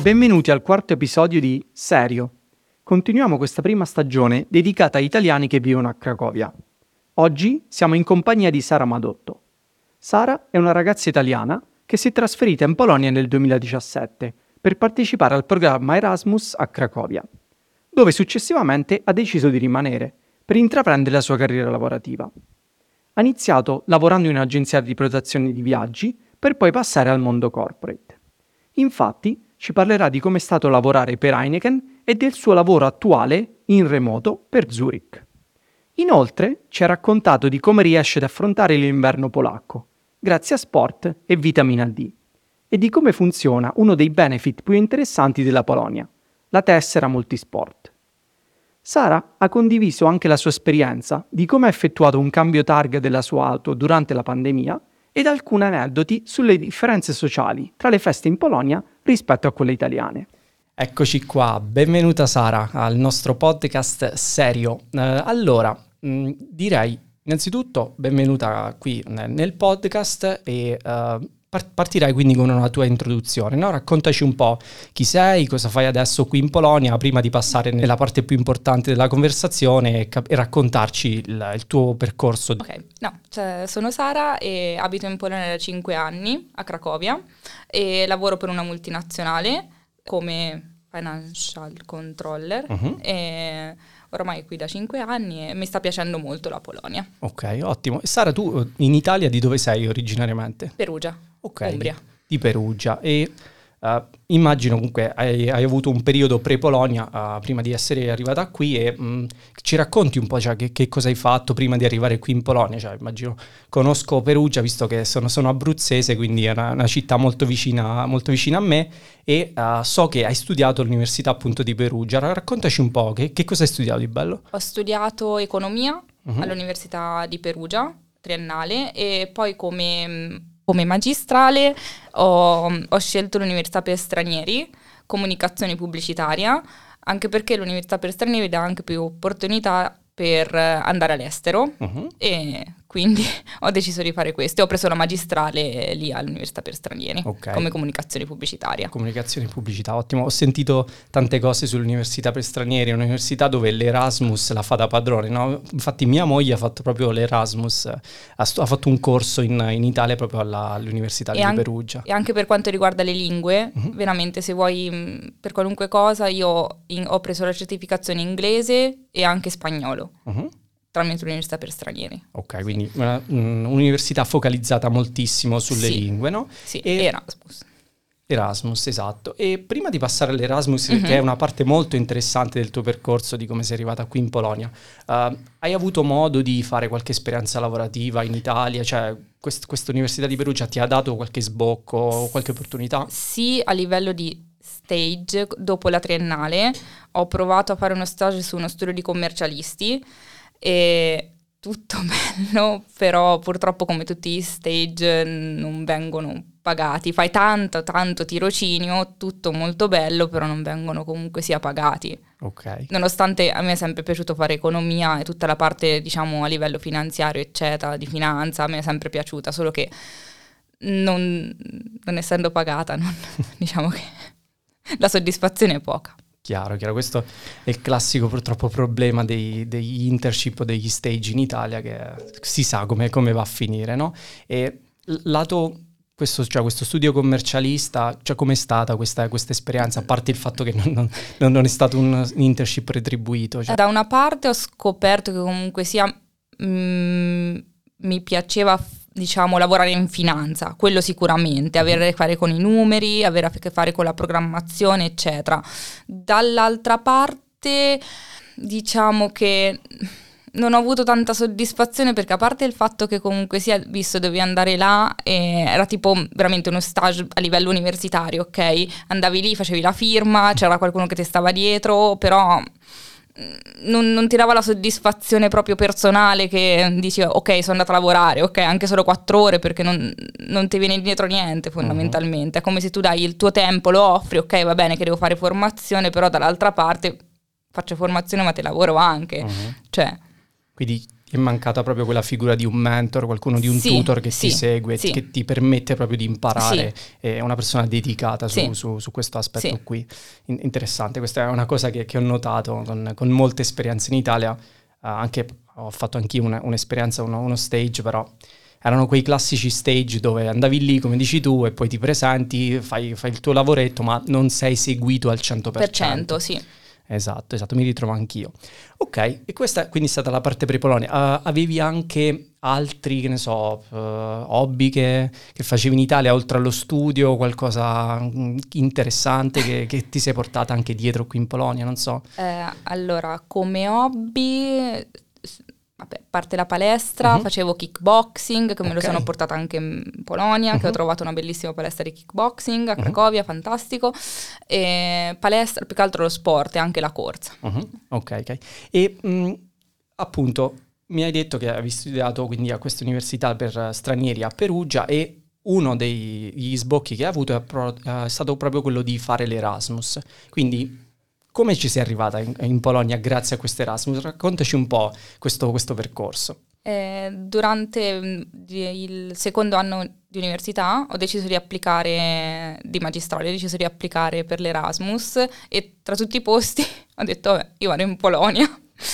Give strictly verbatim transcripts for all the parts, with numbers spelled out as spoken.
Benvenuti al quarto episodio di Serio. Continuiamo questa prima stagione dedicata agli italiani che vivono a Cracovia. Oggi siamo in compagnia di Sara Madotto. Sara è una ragazza italiana che si è trasferita in Polonia nel duemiladiciassette per partecipare al programma Erasmus a Cracovia, dove successivamente ha deciso di rimanere per intraprendere la sua carriera lavorativa. Ha iniziato lavorando in un'agenzia di prenotazione di viaggi per poi passare al mondo corporate. Infatti, ci parlerà di come è stato lavorare per Heineken e del suo lavoro attuale in remoto per Zurich. Inoltre, ci ha raccontato di come riesce ad affrontare l'inverno polacco, grazie a sport e vitamina D, e di come funziona uno dei benefit più interessanti della Polonia, la tessera multisport. Sara ha condiviso anche la sua esperienza di come ha effettuato un cambio targa della sua auto durante la pandemia ed alcuni aneddoti sulle differenze sociali tra le feste in Polonia rispetto a quelle italiane. Eccoci qua, benvenuta Sara al nostro podcast Serio. Eh, allora, mh, direi innanzitutto benvenuta qui nel podcast e uh, partirei quindi con una tua introduzione, no? Raccontaci un po' chi sei, cosa fai adesso qui in Polonia, prima di passare nella parte più importante della conversazione e, cap- e raccontarci il, il tuo percorso. Ok, no, cioè, sono Sara e abito in Polonia da cinque anni, a Cracovia, e lavoro per una multinazionale come financial controller uh-huh. e ormai qui da cinque anni e mi sta piacendo molto la Polonia. Ok, ottimo. E Sara, tu in Italia di dove sei originariamente? Perugia, okay, Umbria. Di, di Perugia. E uh, immagino comunque hai, hai avuto un periodo pre-Polonia uh, prima di essere arrivata qui e mh, ci racconti un po' cioè, che, che cosa hai fatto prima di arrivare qui in Polonia? Cioè, immagino, conosco Perugia visto che sono, sono abruzzese, quindi è una, una città molto vicina, molto vicina a me e uh, so che hai studiato all'università appunto di Perugia. Raccontaci un po' che, che cosa hai studiato di bello? Ho studiato economia uh-huh. all'università di Perugia, triennale, e poi come... Come magistrale ho, ho scelto l'Università per Stranieri, comunicazione pubblicitaria, anche perché l'Università per Stranieri dà anche più opportunità per andare all'estero uh-huh. e quindi ho deciso di fare questo. Ho preso la magistrale lì all'Università per Stranieri, okay. come comunicazione pubblicitaria. Comunicazione e pubblicità, ottimo. Ho sentito tante cose sull'Università per Stranieri, è un'università dove l'Erasmus la fa da padrone, no? Infatti mia moglie ha fatto proprio l'Erasmus, ha, stu- ha fatto un corso in, in Italia proprio alla, all'Università e di an- Perugia. E anche per quanto riguarda le lingue, uh-huh. veramente se vuoi mh, per qualunque cosa, io in, ho preso la certificazione inglese e anche spagnolo. Uh-huh. Tramite l'Università per Stranieri. Ok, sì. Quindi una, un'università focalizzata moltissimo sulle sì. lingue, no? Sì, e Erasmus. Erasmus, esatto. E prima di passare all'Erasmus, mm-hmm. che è una parte molto interessante del tuo percorso, di come sei arrivata qui in Polonia, uh, hai avuto modo di fare qualche esperienza lavorativa in Italia? Cioè, quest- questa Università di Perugia ti ha dato qualche sbocco o qualche opportunità? Sì, a livello di stage, dopo la triennale, ho provato a fare uno stage su uno studio di commercialisti, e tutto bello, però purtroppo come tutti gli stage non vengono pagati. Fai tanto, tanto tirocinio, tutto molto bello, però non vengono comunque sia pagati. Ok. Nonostante a me è sempre piaciuto fare economia e tutta la parte, diciamo, a livello finanziario, eccetera, di finanza, a me è sempre piaciuta, solo che non, non essendo pagata, non, diciamo che la soddisfazione è poca. Chiaro, chiaro, questo è il classico purtroppo problema dei, degli internship o degli stage in Italia, che si sa come, come va a finire, no? E lato questo, cioè questo studio commercialista, cioè com'è stata questa, questa esperienza, a parte il fatto che non, non, non è stato un internship retribuito? Cioè. Da una parte ho scoperto che comunque sia mm, mi piaceva diciamo lavorare in finanza, quello sicuramente, avere a che fare con i numeri, avere a che fare con la programmazione, eccetera. Dall'altra parte diciamo che non ho avuto tanta soddisfazione, perché a parte il fatto che comunque sia, visto dovevi andare là, eh, era tipo veramente uno stage a livello universitario, ok? Andavi lì, facevi la firma, c'era qualcuno che ti stava dietro, però Non, non ti dava la soddisfazione proprio personale, che dici ok sono andata a lavorare, ok anche solo quattro ore, perché non, non ti viene dietro niente fondamentalmente. Uh-huh. È come se tu dai il tuo tempo, lo offri, ok va bene che devo fare formazione, però dall'altra parte faccio formazione ma te lavoro anche. Uh-huh. Cioè quindi è mancata proprio quella figura di un mentor, qualcuno di un Sì, tutor che sì, ti segue, sì. che ti permette proprio di imparare, Sì. è una persona dedicata su, Sì. su, su questo aspetto Sì. qui. In- interessante, questa è una cosa che, che ho notato con, con molte esperienze in Italia, uh, anche ho fatto anch'io una, un'esperienza, uno, uno stage, però erano quei classici stage dove andavi lì, come dici tu, e poi ti presenti, fai, fai il tuo lavoretto, ma non sei seguito al cento per cento. Per cento, sì. Esatto, esatto, mi ritrovo anch'io. Ok, e questa quindi è stata la parte pre-Polonia. Uh, avevi anche altri, che ne so, uh, hobby che, che facevi in Italia, oltre allo studio, qualcosa mm, interessante che, che ti sei portata anche dietro qui in Polonia, non so. Eh, allora, come hobby, s- vabbè, a parte la palestra, Mhm. facevo kickboxing, che me lo Ok. sono portata anche in Polonia, che ho Mhm. trovato una bellissima palestra di kickboxing a Mhm. Cracovia, fantastico. E palestra, più che altro lo sport e anche la corsa. Mhm. Ok, ok. E mh, appunto mi hai detto che avevi studiato quindi a questa università per eh, stranieri a Perugia e uno degli sbocchi che hai avuto è, pro- è stato proprio quello di fare l'Erasmus. Quindi come ci sei arrivata in, in Polonia grazie a questo Erasmus? Raccontaci un po' questo, questo percorso. Eh, durante mm, di- il secondo anno di università ho deciso di applicare, di magistrale, ho deciso di applicare per l'Erasmus e tra tutti i posti ho detto, vabbè, io vado in Polonia.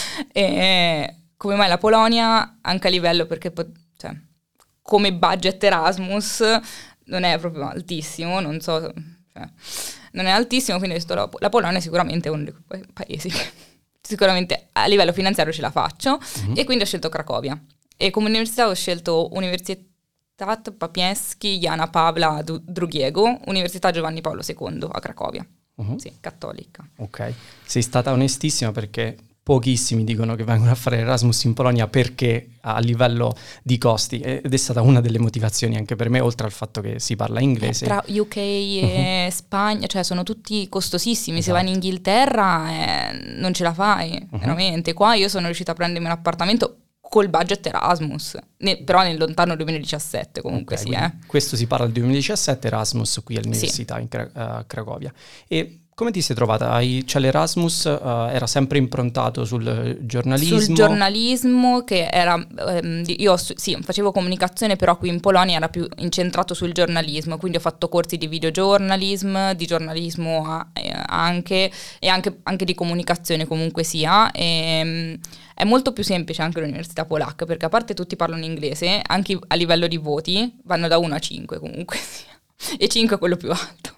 E come mai la Polonia? Anche a livello, perché po- cioè, come budget Erasmus non è proprio altissimo, non so, cioè, non è altissimo, quindi ho detto, la, la Polonia è sicuramente uno dei pa- paesi che sicuramente a livello finanziario ce la faccio. Mhm. E quindi ho scelto Cracovia. E come università ho scelto Universitat Papieschi Jana Pawła Du- Drugiego, Università Giovanni Paolo secondo a Cracovia. Mhm. Sì, cattolica. Ok, sei stata onestissima perché pochissimi dicono che vengono a fare Erasmus in Polonia perché a livello di costi ed è stata una delle motivazioni anche per me, oltre al fatto che si parla inglese. Tra U K e Spagna, cioè sono tutti costosissimi. Se Esatto. vai in Inghilterra eh, non ce la fai, Mhm. veramente. Qua io sono riuscita a prendermi un appartamento col budget Erasmus, ne- però nel lontano duemiladiciassette comunque Ok, sì, quindi eh. questo si parla del duemiladiciassette, Erasmus qui all'università in Cra- a Cracovia. E come ti sei trovata? Hai- cioè l'Erasmus eh, era sempre improntato sul giornalismo? Sul giornalismo, che era, ehm, di- io stu- sì, facevo comunicazione, però qui in Polonia era più incentrato sul giornalismo, quindi ho fatto corsi di videojournalism, di giornalismo a- eh, anche, e anche, anche di comunicazione comunque sia. E, è molto più semplice anche l'università polacca, perché a parte tutti parlano inglese, anche a livello di voti vanno da uno a cinque comunque sia, e cinque è quello più alto.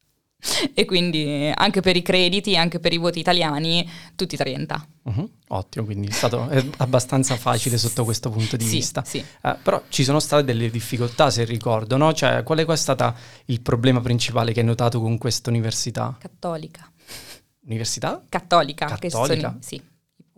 E quindi anche per i crediti, anche per i voti italiani, tutti trenta. Mhm, ottimo, quindi è stato è abbastanza facile sotto questo punto di Sì, vista. sì. Eh, però ci sono state delle difficoltà, se ricordo, no? Cioè, qual è stato il problema principale che hai notato con questa università? Cattolica. Università? Cattolica. Che Cattolica? sono, sì,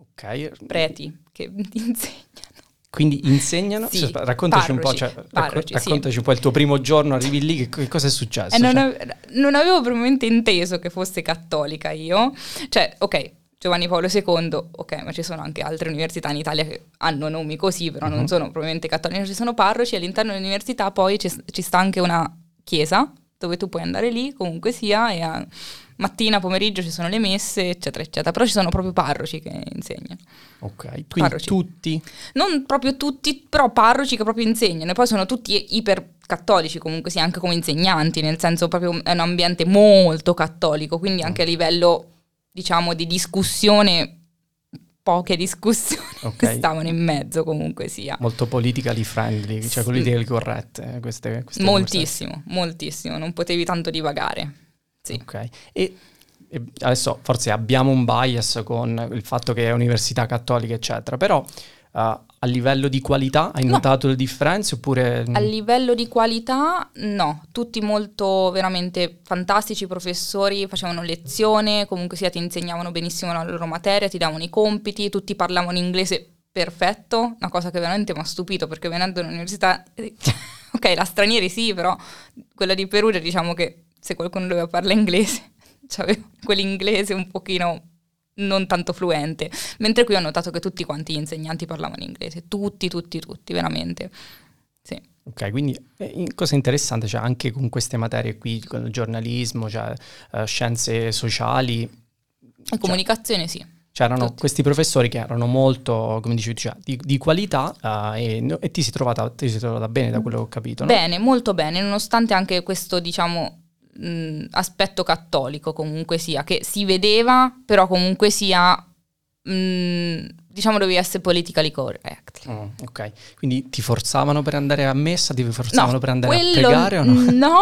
Ok. preti che insegnano. Quindi insegnano? Sì, Cioè, aspetta, raccontaci un po', parroci, cioè, racco- parroci, sì. raccontaci un po' il tuo primo giorno, arrivi lì, che, che cosa è successo? E non, Cioè, ave- non avevo probabilmente inteso che fosse cattolica io. Cioè, ok, Giovanni Paolo secondo, ok, ma ci sono anche altre università in Italia che hanno nomi così, però Mhm. non sono probabilmente cattoliche. Ci sono parroci, all'interno dell'università poi ci, ci sta anche una chiesa dove tu puoi andare lì, comunque sia, e a mattina, pomeriggio ci sono le messe, eccetera, eccetera. Però ci sono proprio parroci che insegnano. ok, quindi Parroci. tutti... Non proprio tutti, però parroci che proprio insegnano. E poi sono tutti iper cattolici comunque sia, anche come insegnanti, nel senso proprio è un ambiente molto cattolico, quindi anche a livello, diciamo, di discussione, poche discussioni Ok. stavano in mezzo comunque sia. molto politically friendly, cioè Sì. politically corrette, eh, queste, queste Moltissimo, moltissimo, non potevi tanto divagare. Sì. Ok, e, e adesso forse abbiamo un bias con il fatto che è università cattolica, eccetera, però uh, a livello di qualità hai No. notato le differenze oppure... A livello di qualità, no, tutti molto veramente fantastici professori, facevano lezione, comunque sia ti insegnavano benissimo la loro materia, ti davano i compiti, tutti parlavano inglese perfetto, una cosa che veramente mi ha stupito perché venendo all'università, eh, ok, la stranieri sì, però quella di Perugia diciamo che se qualcuno doveva parlare inglese, c'aveva quell'inglese un pochino non tanto fluente, mentre qui ho notato che tutti quanti gli insegnanti parlavano inglese, tutti, tutti, tutti, veramente, sì. Ok, quindi eh, cosa interessante, cioè anche con queste materie qui, con il giornalismo, cioè eh, scienze sociali, E comunicazione sì. C'erano Tutti. questi professori che erano molto, come dicevi, cioè, di, di qualità uh, e, e ti sei trovata, ti sei trovata bene da quello che ho capito, no? Bene, molto bene, nonostante anche questo, diciamo, mh, aspetto cattolico comunque sia, che si vedeva, però comunque sia, mh, diciamo, dovevi essere politically correct. Mm, ok, quindi ti forzavano per andare a messa, ti forzavano No, per andare a quello pregare o no? No,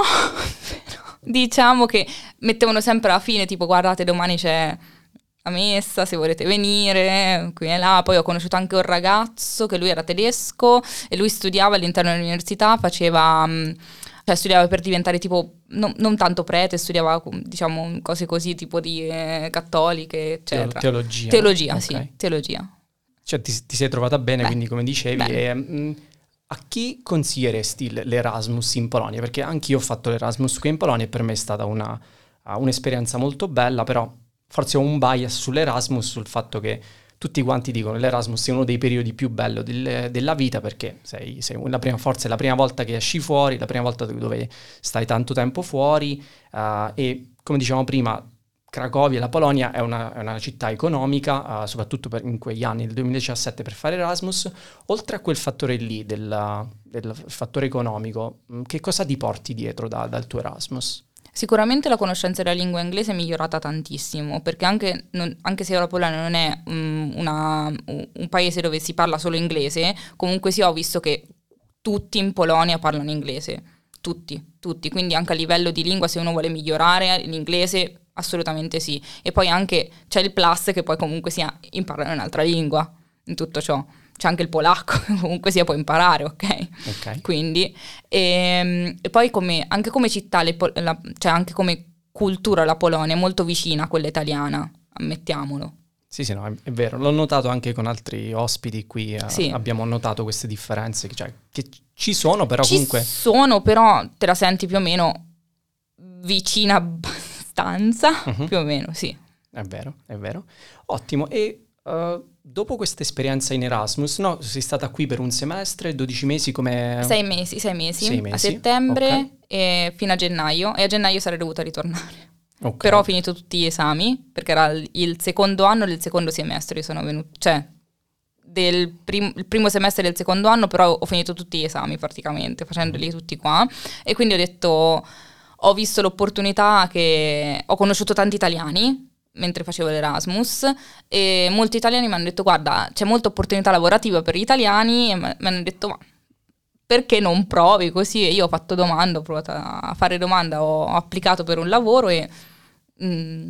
diciamo che mettevano sempre alla fine, tipo guardate domani c'è la messa, se volete venire, qui e là. Poi ho conosciuto anche un ragazzo che lui era tedesco e lui studiava all'interno dell'università, faceva, mh, cioè studiava per diventare tipo, non, non tanto prete, studiava diciamo cose così tipo di eh, cattoliche, eccetera. Teologia. Teologia, Ok. sì, teologia. Cioè ti, ti sei trovata bene, Beh, quindi come dicevi. bene. E, mh, a chi consiglieresti l- l'Erasmus in Polonia? Perché anch'io ho fatto l'Erasmus qui in Polonia e per me è stata una, uh, un'esperienza molto bella, però forse ho un bias sull'Erasmus, sul fatto che tutti quanti dicono che l'Erasmus è uno dei periodi più belli del, della vita, perché sei, sei la prima, forse è la prima volta che esci fuori, la prima volta dove stai tanto tempo fuori, uh, e come dicevamo prima, Cracovia, la Polonia, è una, è una città economica, uh, soprattutto per, in quegli anni del duemiladiciassette per fare Erasmus. Oltre a quel fattore lì, del, del fattore economico, mh, che cosa ti porti dietro da, dal tuo Erasmus? Sicuramente la conoscenza della lingua inglese è migliorata tantissimo, perché anche, non, anche se la Polonia non è um, una, un paese dove si parla solo inglese, comunque sì, ho visto che tutti in Polonia parlano inglese, tutti, tutti, quindi anche a livello di lingua, se uno vuole migliorare l'inglese, assolutamente sì. E poi anche c'è il plus che poi comunque sia imparare un'altra lingua in tutto ciò. C'è anche il polacco, comunque sia può imparare, ok? Ok. Quindi, e, e poi come, anche come città, le, la, cioè anche come cultura la Polonia è molto vicina a quella italiana, ammettiamolo. Sì, sì, no, è, è vero. L'ho notato anche con altri ospiti qui, eh, Sì. abbiamo notato queste differenze, cioè, che ci sono, però Ci comunque... sono, però te la senti più o meno vicina abbastanza, Uh-huh. più o meno, sì. È vero, è vero. Ottimo. E uh, dopo questa esperienza in Erasmus, no, sei stata qui per un semestre, dodici mesi come... Sei mesi, sei mesi, Sei mesi, a settembre ok. e fino a gennaio, e a gennaio sarei dovuta ritornare. Ok. Però ho finito tutti gli esami, perché era il- il secondo anno del secondo semestre, io sono venuta, cioè del prim- il primo semestre del secondo anno, però ho finito tutti gli esami praticamente, facendoli tutti qua, e quindi ho detto, ho visto l'opportunità che ho conosciuto tanti italiani mentre facevo l'Erasmus e molti italiani mi hanno detto guarda c'è molta opportunità lavorativa per gli italiani e mi mi hanno detto ma perché non provi così? E io ho fatto domanda, ho provato a fare domanda, ho applicato per un lavoro e mm,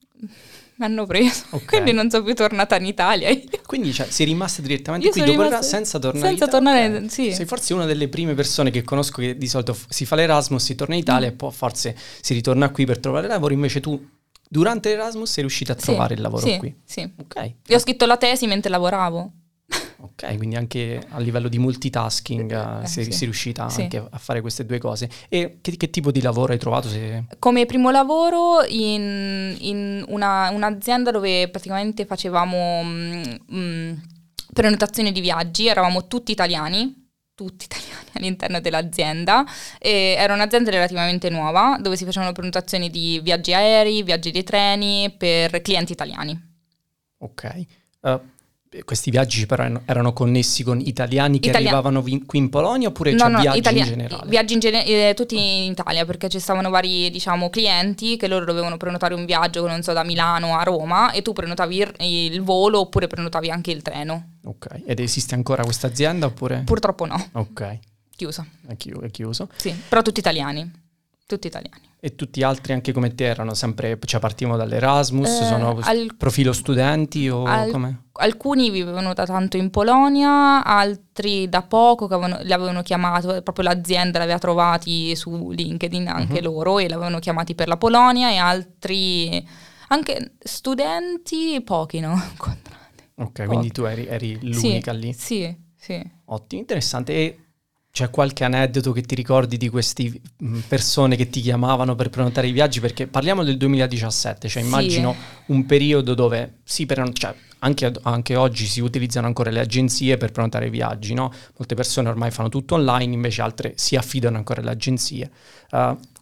mi hanno preso, Ok. quindi non sono più tornata in Italia. Io. Quindi cioè, sei rimasta direttamente Io qui sono dopo rimasta- l'Erasmus senza tornare senza in Italia? tornare, Ok. sì. Sei forse una delle prime persone che conosco che di solito f- si fa l'Erasmus, si torna in Italia Mm. e poi forse si ritorna qui per trovare lavoro, invece tu durante l'Erasmus sei riuscita a Sì, trovare il lavoro sì, qui. sì. Ok. Io ho scritto la tesi mentre lavoravo. Ok, quindi anche a livello di multitasking eh, Eh, sei, sì. sei riuscita Sì. anche a fare queste due cose. E che, che tipo di lavoro hai trovato? Se... Come primo lavoro in, in una- un'azienda dove praticamente facevamo mm, mm, prenotazioni di viaggi, eravamo tutti italiani, tutti italiani all'interno dell'azienda, e era un'azienda relativamente nuova dove si facevano prenotazioni di viaggi aerei, viaggi dei treni per clienti italiani. Ok. Eh, questi viaggi però erano- erano connessi con italiani che Italia- arrivavano vi- qui in Polonia oppure No, c'è no, viaggi italia- in generale? Viaggi in gene- eh, tutti in Italia, perché ci stavano vari, diciamo, clienti che loro dovevano prenotare un viaggio, non so, da Milano a Roma, e tu prenotavi il, il volo oppure prenotavi anche il treno. Ok. Ed esiste ancora questa azienda oppure? Purtroppo no, Ok, chiusa. è, chi- è chiuso. Sì, però tutti italiani. Tutti italiani. E tutti gli altri anche come te erano sempre, cioè partivano dall'Erasmus, Eh, sono al- profilo studenti o al- come? Alcuni vivevano da tanto in Polonia, altri da poco che avevano, li avevano chiamato, proprio l'azienda li aveva trovati su LinkedIn anche Mhm. loro e li avevano chiamati per la Polonia, e altri anche studenti pochi, no? Incontrati. Ok, quindi tu eri, eri l'unica Sì, lì. Sì, sì. Ottimo, interessante. E c'è qualche aneddoto che ti ricordi di queste persone che ti chiamavano per prenotare i viaggi? Perché parliamo del duemiladiciassette, cioè Sì. immagino un periodo dove sì, per, cioè, anche, ad- anche oggi si utilizzano ancora le agenzie per prenotare i viaggi, no? Molte persone ormai fanno tutto online, invece altre si affidano ancora alle agenzie. Uh,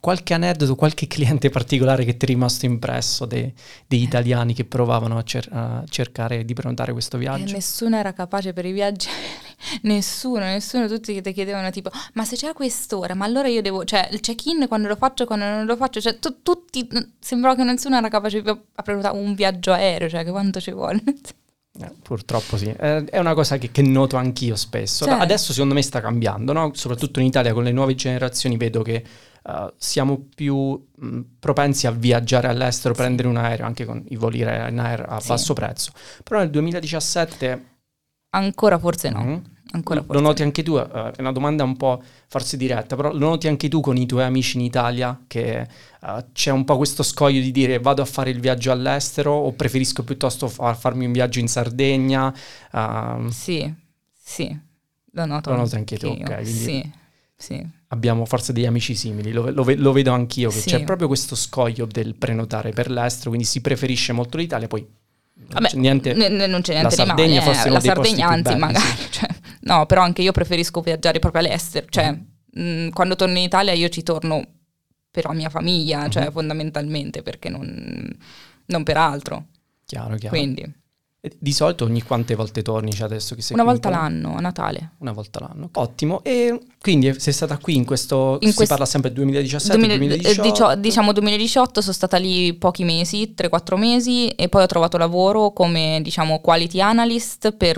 qualche aneddoto, qualche cliente particolare che ti è rimasto impresso de- degli italiani che provavano a, cer- a cercare di prenotare questo viaggio? Eh, nessuno era capace per i viaggi nessuno, nessuno, tutti che ti chiedevano tipo ma se c'è a quest'ora, ma allora io devo, cioè il check-in quando lo faccio, quando non lo faccio, cioè tu- tutti, sembrava che nessuno era capace a prenotare un viaggio aereo, cioè che quanto ci vuole. Eh, purtroppo sì, eh, è una cosa che, che noto anch'io spesso. Cioè, adesso secondo me sta cambiando, no? Soprattutto in Italia con le nuove generazioni vedo che uh, siamo più mh, propensi a viaggiare all'estero, sì. prendere un aereo, anche con i voli Ryanair a sì. basso prezzo. Però nel duemiladiciassette ancora forse no. Mm-hmm. Ancora lo forse noti no. anche tu, uh, è una domanda un po' forse diretta, però lo noti anche tu con i tuoi amici in Italia che uh, c'è un po' questo scoglio di dire vado a fare il viaggio all'estero o preferisco piuttosto fa- farmi un viaggio in Sardegna? Uh, sì, sì, lo noto, lo noti anche tu, io. ok? Quindi Sì, sì. abbiamo forse degli amici simili, lo, lo, lo vedo anch'io, che Sì. c'è proprio questo scoglio del prenotare per l'estero, quindi si preferisce molto l'Italia, poi non Vabbè, c'è niente, n- non c'è niente la di Sardegna male, forse eh. uno La dei posti Sardegna più anzi belli, magari, sì. cioè, no, però anche io preferisco viaggiare proprio all'estero, cioè Uh-huh. mh, quando torno in Italia io ci torno per la mia famiglia, Uh-huh. cioè fondamentalmente, perché non, non per altro. Chiaro, chiaro. Quindi E di solito ogni quante volte torni, cioè adesso che sei una qui in volta Polonia? l'anno, a Natale. Una volta l'anno. Ottimo. E quindi sei stata qui in questo, In si quest- parla sempre duemiladiciassette, duemila duemiladiciotto? dicio- diciamo duemiladiciotto, sono stata lì pochi mesi, tre quattro mesi, e poi ho trovato lavoro come, diciamo, quality analyst per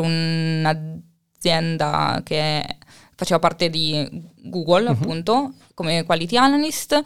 un'azienda che faceva parte di Google, Mhm. appunto, come quality analyst.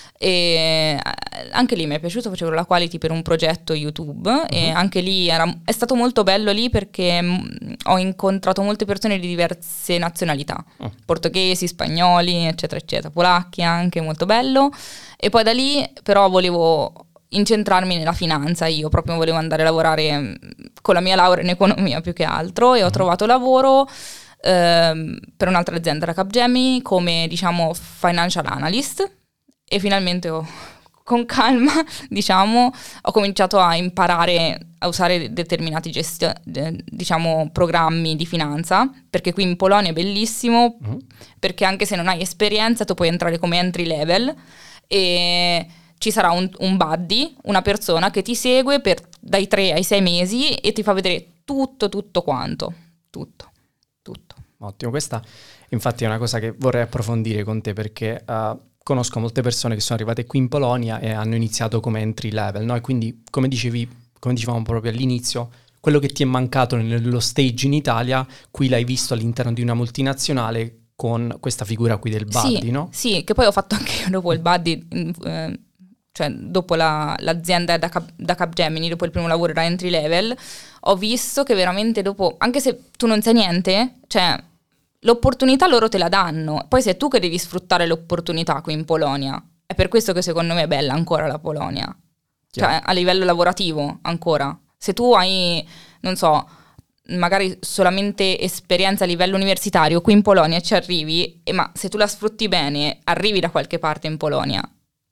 E anche lì mi è piaciuto, facevo la quality per un progetto YouTube e Mhm. anche lì era, è stato molto bello lì perché mh, ho incontrato molte persone di diverse nazionalità, Oh. portoghesi, spagnoli, eccetera, eccetera, polacchi anche, molto bello. E poi da lì però volevo incentrarmi nella finanza, io proprio volevo andare a lavorare mh, con la mia laurea in economia più che altro, e ho Mhm. trovato lavoro ehm, per un'altra azienda, la Capgemini, come, diciamo, financial analyst. E finalmente ho, con calma, diciamo, ho cominciato a imparare a usare determinati gestio- de- diciamo, programmi di finanza, perché qui in Polonia è bellissimo, Mhm. perché anche se non hai esperienza tu puoi entrare come entry level e ci sarà un, un buddy, una persona che ti segue per dai tre ai sei mesi e ti fa vedere tutto, tutto quanto, tutto, tutto. Ottimo, questa infatti è una cosa che vorrei approfondire con te perché uh, conosco molte persone che sono arrivate qui in Polonia e hanno iniziato come entry level, no? E quindi, come dicevi, come dicevamo proprio all'inizio, quello che ti è mancato nello stage in Italia, qui l'hai visto all'interno di una multinazionale con questa figura qui del buddy, sì, no? Sì, che poi ho fatto anche io dopo il buddy, eh, cioè dopo la, l'azienda da, Cap, da Capgemini, dopo il primo lavoro da entry level, ho visto che veramente dopo, anche se tu non sai niente, cioè l'opportunità loro te la danno, poi sei tu che devi sfruttare l'opportunità qui in Polonia. È per questo che secondo me è bella ancora la Polonia, Chiaro. cioè a livello lavorativo ancora. Se tu hai, non so, magari solamente esperienza a livello universitario, qui in Polonia ci arrivi, e ma se tu la sfrutti bene, arrivi da qualche parte in Polonia.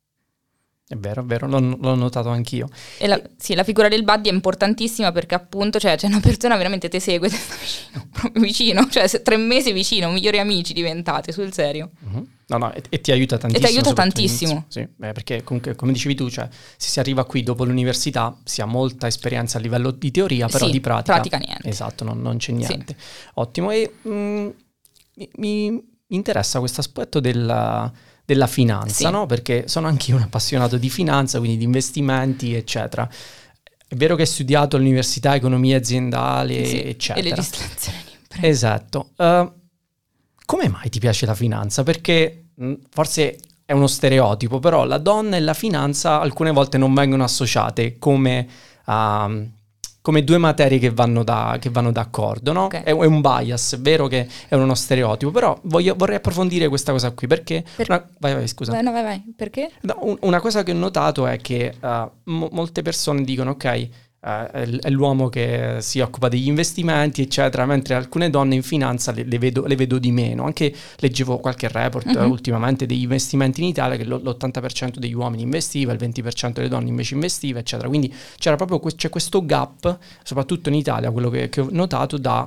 È vero, è vero, l'ho, l'ho notato anch'io. E la, sì, la figura del buddy è importantissima perché appunto cioè, c'è una persona veramente te segue, te sta vicino, proprio vicino, cioè se, tre mesi vicino, migliori amici diventate, sul serio. Uh-huh. No, no, e, e ti aiuta tantissimo. E ti aiuta soprattutto tantissimo. all'inizio. Sì, beh, perché comunque, come dicevi tu, cioè, se si arriva qui dopo l'università si ha molta esperienza a livello di teoria, però Sì, di pratica... pratica niente. Esatto, non, non c'è niente. Sì. Ottimo, e mh, mi, mi interessa questo aspetto della... della finanza, sì. no? Perché sono anche io un appassionato di finanza, quindi di investimenti, eccetera. È vero che hai studiato all'università economia aziendale, sì, eccetera. E legislazione di impresa. Esatto. Uh, come mai ti piace la finanza? Perché mh, forse è uno stereotipo, però la donna e la finanza alcune volte non vengono associate come... Uh, come due materie che vanno, da, che vanno d'accordo, no? Okay. È, è un bias, è vero che è uno stereotipo, però voglio, vorrei approfondire questa cosa qui, perché... Per... Una, vai, vai, scusa. Vai, no, vai, vai. Perché? No, un, una cosa che ho notato è che uh, mo- molte persone dicono, ok, uh, è, l- è l'uomo che si occupa degli investimenti, eccetera, mentre alcune donne in finanza le, le, vedo, le vedo di meno. Anche leggevo qualche report Mm-hmm. uh, ultimamente degli investimenti in Italia, che l- l'ottanta per cento degli uomini investiva, il venti per cento delle donne invece investiva, eccetera. Quindi c'era proprio que- c'è questo gap, soprattutto in Italia, quello che, che ho notato, da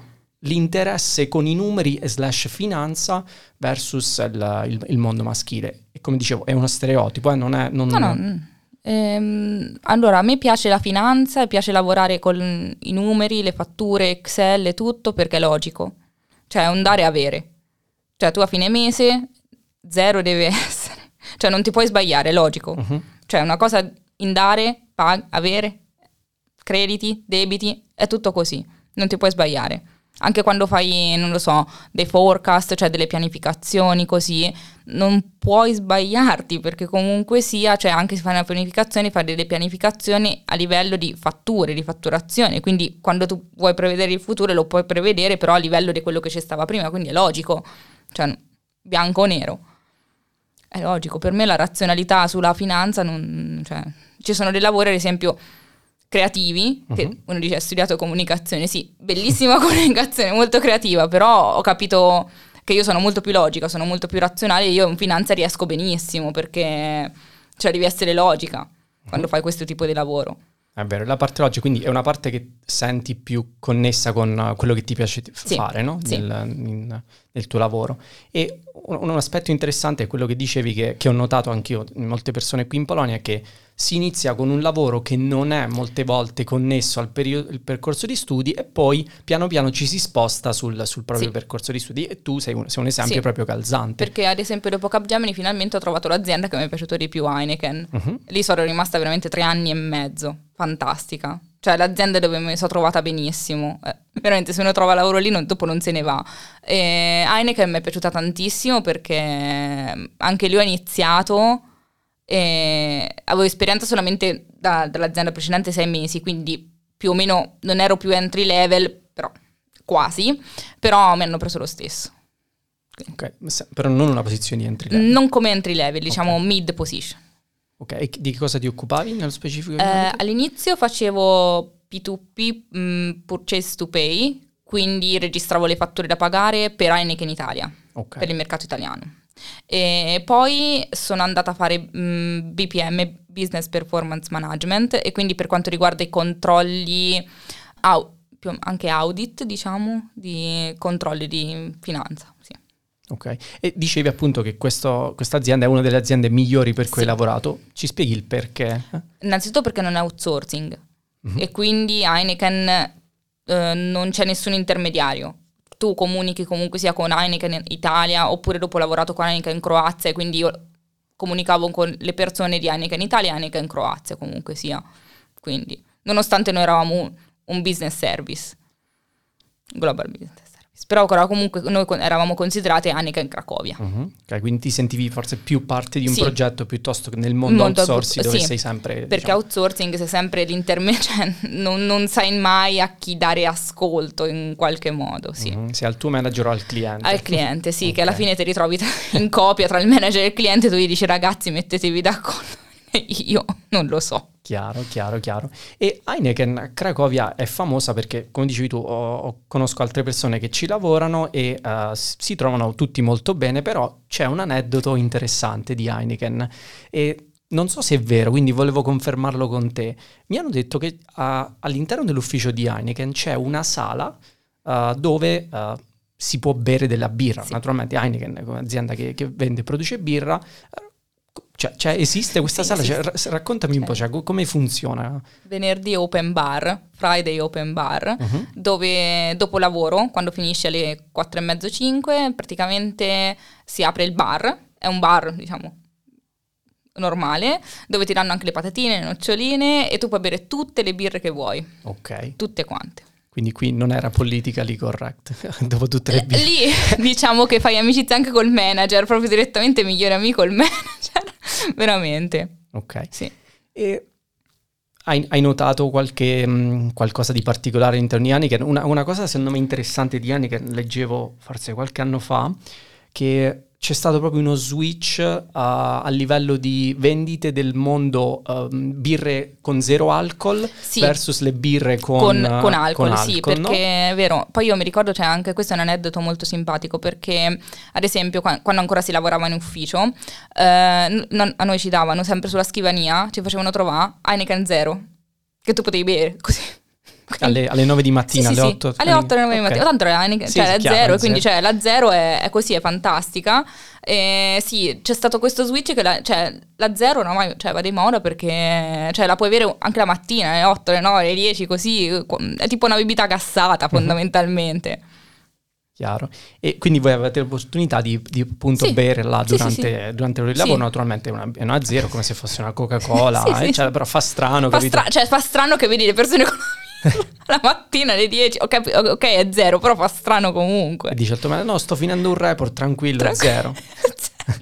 l'interesse con i numeri e slash finanza versus il, il, il mondo maschile. E come dicevo, è uno stereotipo, eh, non è... Non, no, no. Ehm, allora, a me piace la finanza, piace lavorare con i numeri, le fatture, Excel e tutto, perché è logico. Cioè, è un dare e avere. Cioè, tu a fine mese, zero deve essere. Cioè, non ti puoi sbagliare, è logico. Uh-huh. Cioè, una cosa in dare, pag- avere, crediti, debiti, è tutto così. Non ti puoi sbagliare. Anche quando fai, non lo so, dei forecast, cioè delle pianificazioni così, non puoi sbagliarti, perché comunque sia, cioè anche se fai una pianificazione, fai delle pianificazioni a livello di fatture, di fatturazione, quindi quando tu vuoi prevedere il futuro lo puoi prevedere però a livello di quello che ci stava prima, quindi è logico, cioè bianco o nero. È logico, per me la razionalità sulla finanza, non, cioè, ci sono dei lavori ad esempio creativi, che uh-huh. uno dice ha studiato comunicazione, sì, bellissima comunicazione, molto creativa, però ho capito che io sono molto più logica, sono molto più razionale, e io in finanza riesco benissimo, perché cioè devi essere logica uh-huh. quando fai questo tipo di lavoro. È vero, la parte logica, quindi è una parte che senti più connessa con quello che ti piace sì, fare, no? Sì. Nel, in, nel tuo lavoro. E un, un aspetto interessante è quello che dicevi, che, che ho notato anch'io in molte persone qui in Polonia, è che si inizia con un lavoro che non è molte volte connesso al periodo, il percorso di studi, e poi piano piano ci si sposta sul, sul proprio sì. percorso di studi, e tu sei un, sei un esempio sì. proprio calzante. Perché ad esempio dopo Capgemini finalmente ho trovato l'azienda che mi è piaciuta di più, Heineken. Uh-huh. Lì sono rimasta veramente tre anni e mezzo, fantastica. Cioè l'azienda dove mi sono trovata benissimo, eh, veramente se uno trova lavoro lì non, dopo non se ne va. E Heineken mi è piaciuta tantissimo perché anche lì ho iniziato e avevo esperienza solamente da, dall'azienda precedente sei mesi, quindi più o meno non ero più entry level, però quasi, però mi hanno preso lo stesso. Ok, però non una posizione di entry level. Non come entry level, diciamo okay. mid position. Ok, e di che cosa ti occupavi nello specifico? Eh, all'inizio facevo P due P, mh, purchase to pay, quindi registravo le fatture da pagare per Heineken Italia, okay. per il mercato italiano. E poi sono andata a fare mh, B P M, Business Performance Management, e quindi per quanto riguarda i controlli, au, anche audit, diciamo, di controlli di finanza, sì. Ok, e dicevi appunto che questa azienda è una delle aziende migliori per cui sì. hai lavorato. Ci spieghi il perché? Innanzitutto perché non è outsourcing mm-hmm. e quindi Heineken eh, non c'è nessun intermediario. Tu comunichi comunque sia con Heineken Italia, oppure dopo ho lavorato con Heineken Croazia, e quindi io comunicavo con le persone di Heineken Italia e Heineken Croazia comunque sia. Quindi, nonostante noi eravamo un, un business service, global business service. Però comunque noi eravamo considerate Heineken Cracovia. Uh-huh. Ok, quindi ti sentivi forse più parte di un sì. progetto piuttosto che nel mondo, mondo outsourcing dove sì. sei sempre... Perché diciamo... outsourcing sei sempre l'intermedio, cioè non, non sai mai a chi dare ascolto in qualche modo, sì. Uh-huh. Sia al tuo manager o al cliente. Al cliente, sì, okay. Che alla fine ti ritrovi in copia tra il manager e il cliente, tu gli dici ragazzi mettetevi d'accordo. Io non lo so. Chiaro, chiaro, chiaro. E Heineken Cracovia è famosa perché, come dicevi tu, ho, ho, conosco altre persone che ci lavorano e uh, si trovano tutti molto bene, però c'è un aneddoto interessante di Heineken e non so se è vero, quindi volevo confermarlo con te. Mi hanno detto che uh, all'interno dell'ufficio di Heineken c'è una sala uh, dove uh, si può bere della birra. Sì. Naturalmente Heineken è un'azienda che, che vende e produce birra. Cioè, cioè esiste questa sì, sala? Cioè, r- raccontami un po', cioè, come funziona? Venerdì open bar, Friday open bar, uh-huh. dove dopo lavoro, quando finisce alle quattro e mezzo, cinque, praticamente si apre il bar. È un bar, diciamo, normale, dove ti danno anche le patatine, le noccioline, e tu puoi bere tutte le birre che vuoi. Ok. Tutte quante. Quindi qui non era politically correct, dopo tutte le birre. Lì diciamo che fai amicizia anche col manager, proprio direttamente migliore amico il manager, veramente. Ok. Sì. E hai, hai notato qualche mh, qualcosa di particolare all'interno di Heineken? Una, una cosa secondo me interessante di Heineken, leggevo forse qualche anno fa, che c'è stato proprio uno switch uh, a livello di vendite del mondo um, birre con zero alcol sì. versus le birre con, con, con alcol, con sì, alcol, perché no? È vero. Poi io mi ricordo, c'è anche questo è un aneddoto molto simpatico, perché ad esempio quando ancora si lavorava in ufficio eh, non, a noi ci davano sempre sulla scrivania, ci facevano trovare Heineken zero, che tu potevi bere così alle, alle nove di mattina, sì, sì, alle sì, otto? alle otto alle nove di mattina, tanto è, Sì, cioè, sì, è chiaro, zero, è quindi zero. cioè, la zero è, è così, è fantastica. E sì, c'è stato questo switch che la, cioè, la zero ormai cioè, va di moda perché cioè, la puoi avere anche la mattina, alle otto, alle nove, alle dieci, così, è tipo una bibita gassata fondamentalmente. Chiaro. E quindi voi avete l'opportunità di, di appunto Sì. bere là Sì, durante, sì, sì. durante il Sì. lavoro, naturalmente è una, è una zero, come se fosse una Coca-Cola, Sì, sì, eh, cioè, sì. però fa strano, Fa, capito? stra- cioè, fa strano che vedi le persone con la mattina alle dieci, ok, ok, è zero, però fa strano comunque. E dice al tuo marito, no, sto finendo un report, tranquillo, è Tranquillo. zero.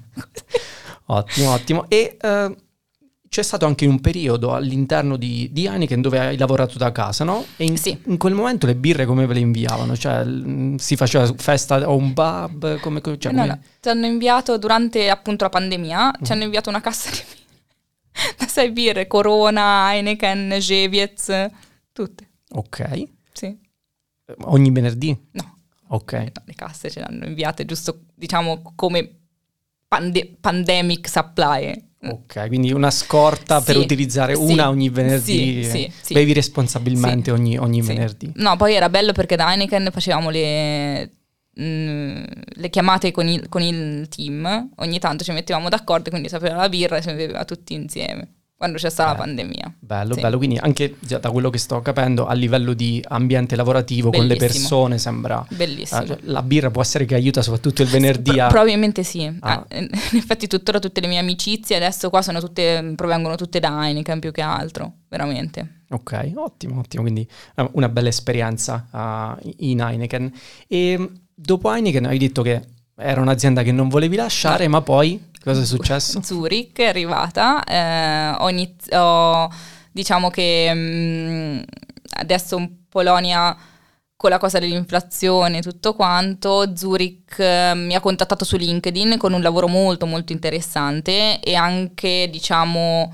Ottimo, ottimo. E eh, c'è stato anche un periodo all'interno di, di Heineken dove hai lavorato da casa, no? E in, Sì. in quel momento le birre come ve le inviavano? Cioè l- si faceva festa o un pub? Come, cioè, Eh, no, come- no. Ci hanno inviato durante appunto la pandemia, ci Mm. hanno inviato una cassa di birre, da sei birre, Corona, Heineken, Jeviez, tutte, Ok. sì. Ogni venerdì? No, Ok. no, le casse ce le hanno inviate giusto, diciamo, come pande- pandemic supply. Ok, quindi una scorta per Sì, utilizzare sì, una ogni venerdì. sì, sì, sì. Bevi responsabilmente Sì, ogni, ogni sì. venerdì. No, poi era bello perché da Heineken facevamo le, mh, le chiamate con il, con il team, ogni tanto ci mettevamo d'accordo, quindi sapeva la birra e si beveva tutti insieme, quando c'è stata Eh, la pandemia. Bello, Sì. bello. Quindi anche già da quello che sto capendo, a livello di ambiente lavorativo con le Bellissimo. persone sembra... Bellissimo. eh, cioè, la birra può essere che aiuta soprattutto il venerdì Pro- a... probabilmente sì. Ah. Ah, in effetti tuttora tutte le mie amicizie adesso qua sono tutte, provengono tutte da Heineken più che altro, veramente. Ok, ottimo, ottimo. Quindi eh, una bella esperienza uh, in Heineken. E dopo Heineken hai detto che era un'azienda che non volevi lasciare, ma poi cosa è successo? Zurich è arrivata, eh, ho, iniz- ho- diciamo che mh, adesso in Polonia con la cosa dell'inflazione e tutto quanto, Zurich eh, mi ha contattato su LinkedIn con un lavoro molto molto interessante e anche diciamo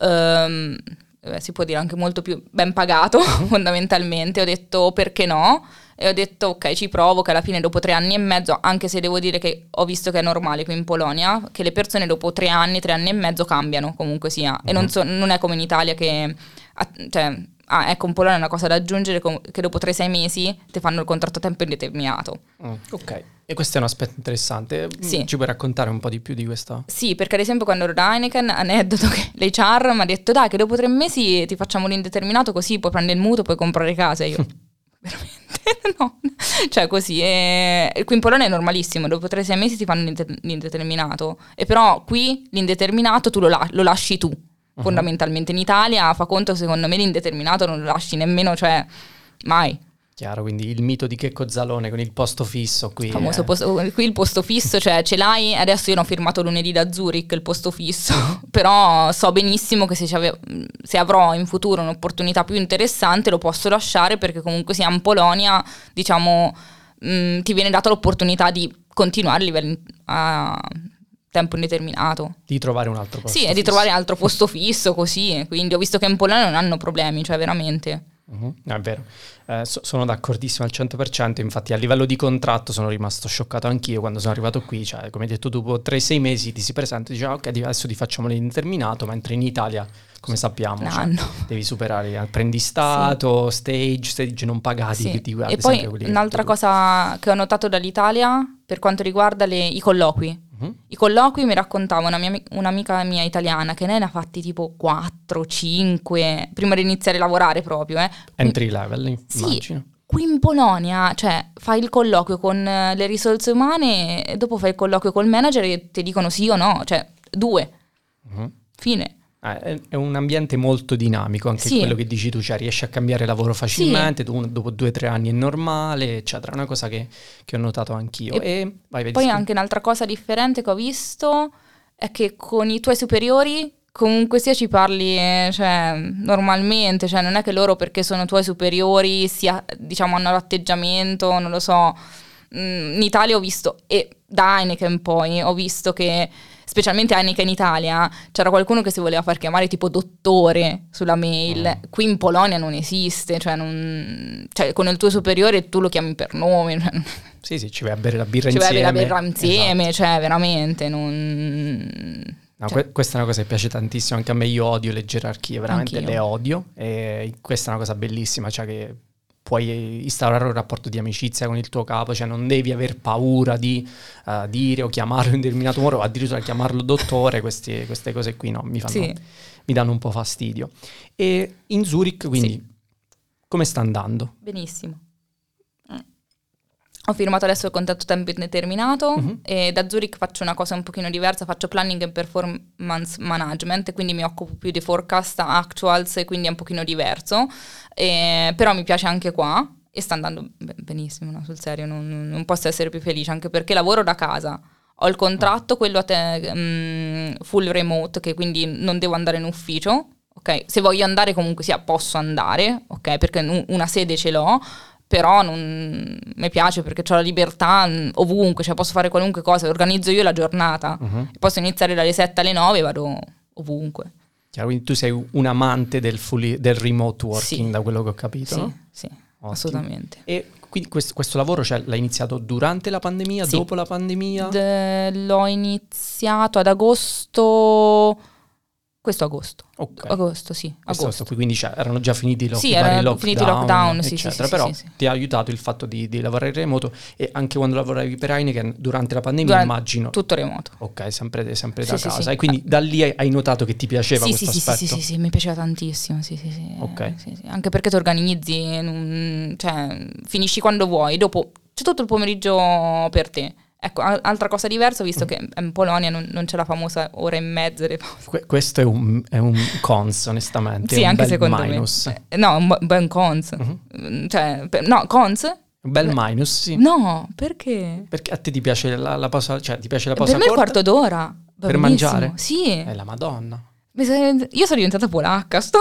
ehm, eh, si può dire anche molto più ben pagato fondamentalmente. Ho detto perché no? E ho detto ok, ci provo, che alla fine dopo tre anni e mezzo, anche se devo dire che ho visto che è normale qui in Polonia, che le persone dopo tre anni, tre anni e mezzo cambiano comunque sia. E non, so, non è come in Italia che... Cioè, ah, ecco, in Polonia è una cosa da aggiungere, com- che dopo tre sei mesi ti fanno il contratto a tempo indeterminato. Mm, ok, e questo è un aspetto interessante. Sì. Ci puoi raccontare un po' di più di questo? Sì, perché ad esempio quando ero da Heineken, aneddoto che l'H R mi ha detto dai che dopo tre mesi ti facciamo l'indeterminato così puoi prendere il mutuo, puoi comprare casa. E io, veramente? No, cioè così. E qui in Polonia è normalissimo, dopo tre sei mesi ti fanno l'inde- l'indeterminato. E però qui l'indeterminato tu lo, la- lo lasci tu, uh-huh. Fondamentalmente. In Italia fa conto, secondo me l'indeterminato non lo lasci nemmeno, cioè mai. Chiaro, quindi il mito di Checco Zalone con il posto fisso qui. Famoso è... posto, qui il posto fisso, cioè ce l'hai, adesso io l'ho firmato lunedì da Zurich il posto fisso, però so benissimo che se, c'ave- se avrò in futuro un'opportunità più interessante lo posso lasciare perché comunque sia in Polonia, diciamo, mh, ti viene data l'opportunità di continuare a livello a tempo indeterminato. Di trovare un altro posto Sì, fisso. e di trovare altro posto fisso così, quindi ho visto che in Polonia non hanno problemi, cioè veramente. Uh-huh. No, è vero, eh, so- sono d'accordissimo al cento per cento, infatti a livello di contratto sono rimasto scioccato anch'io quando sono arrivato qui, cioè come hai detto tu, dopo tre sei mesi ti si presenta e dici ah, ok adesso ti facciamo l'indeterminato, mentre in Italia come sappiamo cioè, devi superare apprendistato, sì. stage, stage non pagati. Sì. Di, e poi un'altra cosa che ho notato dall'Italia per quanto riguarda le, i colloqui. Uh-huh. I colloqui mi raccontava una mia, un'amica mia italiana che lei ne ha fatti tipo quattro cinque prima di iniziare a lavorare proprio. Eh. Entry level, immagino. Sì, qui in Polonia, cioè fai il colloquio con le risorse umane e dopo fai il colloquio col manager e ti dicono sì o no, cioè due. Uh-huh. Fine. Eh, è un ambiente molto dinamico, anche sì. quello che dici tu, cioè riesci a cambiare lavoro facilmente, sì. tu, dopo due o tre anni è normale, eccetera. È una cosa che, che ho notato anch'io. E, e vai, vedi, poi scu- anche un'altra cosa differente che ho visto è che con i tuoi superiori comunque sia ci parli cioè, normalmente, cioè non è che loro perché sono tuoi superiori sia, diciamo hanno l'atteggiamento, non lo so. In Italia ho visto, e da Heineken poi ho visto che specialmente Heineken in Italia c'era qualcuno che si voleva far chiamare tipo dottore sulla mail. Mm. Qui in Polonia non esiste, cioè, non, cioè con il tuo superiore tu lo chiami per nome, cioè, sì sì ci vai a bere la birra ci insieme ci vai a bere la birra insieme, esatto. Cioè veramente non... No, Cioè, que- questa è una cosa che piace tantissimo, anche a me. Io odio le gerarchie, veramente Anch'io. le odio, e questa è una cosa bellissima, cioè che puoi instaurare un rapporto di amicizia con il tuo capo, cioè non devi aver paura di uh, dire o chiamarlo in determinato modo, o addirittura chiamarlo dottore. Questi, queste cose qui no, mi, fanno, sì. mi danno un po' fastidio. E in Zurich, quindi, Sì. come sta andando? Benissimo. Ho firmato adesso il contratto a tempo indeterminato Mhm. e da Zurich faccio una cosa un pochino diversa, faccio planning and performance management, quindi mi occupo più di forecast, actuals, e quindi è un pochino diverso, e, però mi piace anche qua e sta andando be- benissimo, no? Sul serio, non, non posso essere più felice, anche perché lavoro da casa. Ho il contratto, quello a te, mm, full remote, che quindi non devo andare in ufficio, ok? Se voglio andare comunque sia posso andare, ok? Perché un- una sede ce l'ho, però non mi piace perché ho la libertà mh, ovunque, cioè posso fare qualunque cosa, organizzo io la giornata, Mhm. posso iniziare dalle sette alle nove e vado ovunque. Chiaro, quindi tu sei un amante del, fully, del remote working, Sì. da quello che ho capito, Sì, no? sì, Ottimo. assolutamente. E quindi questo, questo lavoro, cioè, l'hai iniziato durante la pandemia, Sì. dopo la pandemia? D- l'ho iniziato ad agosto, questo agosto, Ok. agosto sì, Questo agosto. qui, quindi cioè, erano già finiti i lock- Sì, i vari erano lockdown, finiti i lockdown, sì, sì, eccetera. sì, sì, Però sì, sì. ti ha aiutato il fatto di, di lavorare in remoto, e anche quando lavoravi per Heineken durante la pandemia, Durante- immagino. Tutto remoto. Ok, sempre, sempre Sì, da sì, casa. sì. E quindi da lì hai, hai notato che ti piaceva Sì, sì, questo sì, sì, aspetto? sì, sì, sì, mi piaceva tantissimo, sì, sì, sì. Ok. Sì, sì. Anche perché ti organizzi, non- cioè finisci quando vuoi, dopo c'è tutto il pomeriggio per te. Ecco, al- altra cosa diversa, visto che in Polonia non, non c'è la famosa ora e mezza di pausa. Que- questo è un, è un cons, onestamente. Sì, è un anche bel secondo minus. me. Eh, No, un bu- ben cons. Mhm. Mm, Cioè, per- no, cons? Un bel minus, sì. No, perché? Perché a te ti piace la, la pausa, cioè ti piace la Per pausa me il corta? quarto d'ora. va Per benissimo. mangiare? Sì. È la Madonna. Mi sa- Io sono diventata polacca, sto...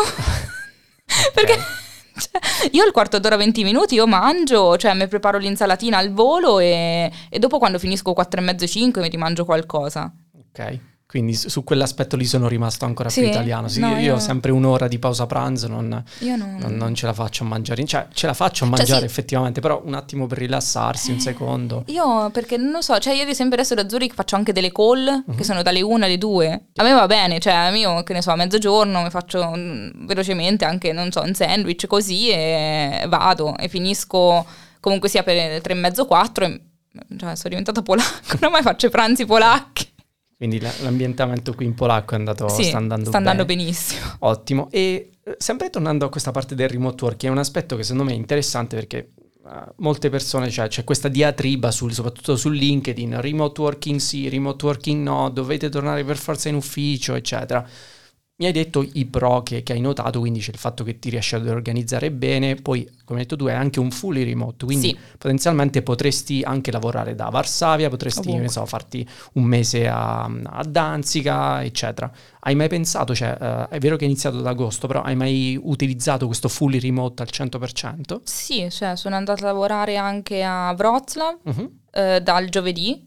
Perché cioè, io il quarto d'ora, venti minuti, io mangio, cioè mi preparo l'insalatina al volo e, e dopo quando finisco quattro e mezzo, cinque mi rimangio qualcosa. Ok, quindi su, su quell'aspetto lì sono rimasto ancora Sì? più italiano. Sì, No, io, io- ho sempre un'ora di pausa pranzo, non, Io non... non- non ce la faccio a mangiare. Cioè, ce la faccio a Cioè, mangiare sì. effettivamente, però un attimo per rilassarsi, un Eh, secondo. Io perché non lo so, cioè io ad esempio adesso da Zurich faccio anche delle call Mhm. che sono dalle una alle due. A me va bene, cioè io che ne so, a mezzogiorno mi faccio mm, velocemente anche, non so, un sandwich così e vado e finisco comunque sia per le tre e mezzo, quattro e, cioè sono diventata polacca, ormai faccio i pranzi polacchi. Quindi la- l'ambientamento qui in polacco è andato, Sì, sta andando sta andando bene. benissimo. Ottimo. E eh, sempre tornando a questa parte del remote working, è un aspetto che secondo me è interessante perché eh, molte persone, cioè c'è questa diatriba sul- soprattutto su LinkedIn, remote working sì, remote working no, dovete tornare per forza in ufficio, eccetera. Mi hai detto i pro che, che hai notato, quindi c'è il fatto che ti riesci ad organizzare bene, poi come hai detto tu è anche un fully remote, quindi Sì. potenzialmente potresti anche lavorare da Varsavia, potresti, Ovunque. ne so, farti un mese a, a Danzica, eccetera. Hai mai pensato, cioè eh, è vero che è iniziato ad agosto, però hai mai utilizzato questo fully remote al cento per cento? Sì, cioè sono andata a lavorare anche a Wroclaw Mhm. eh, dal giovedì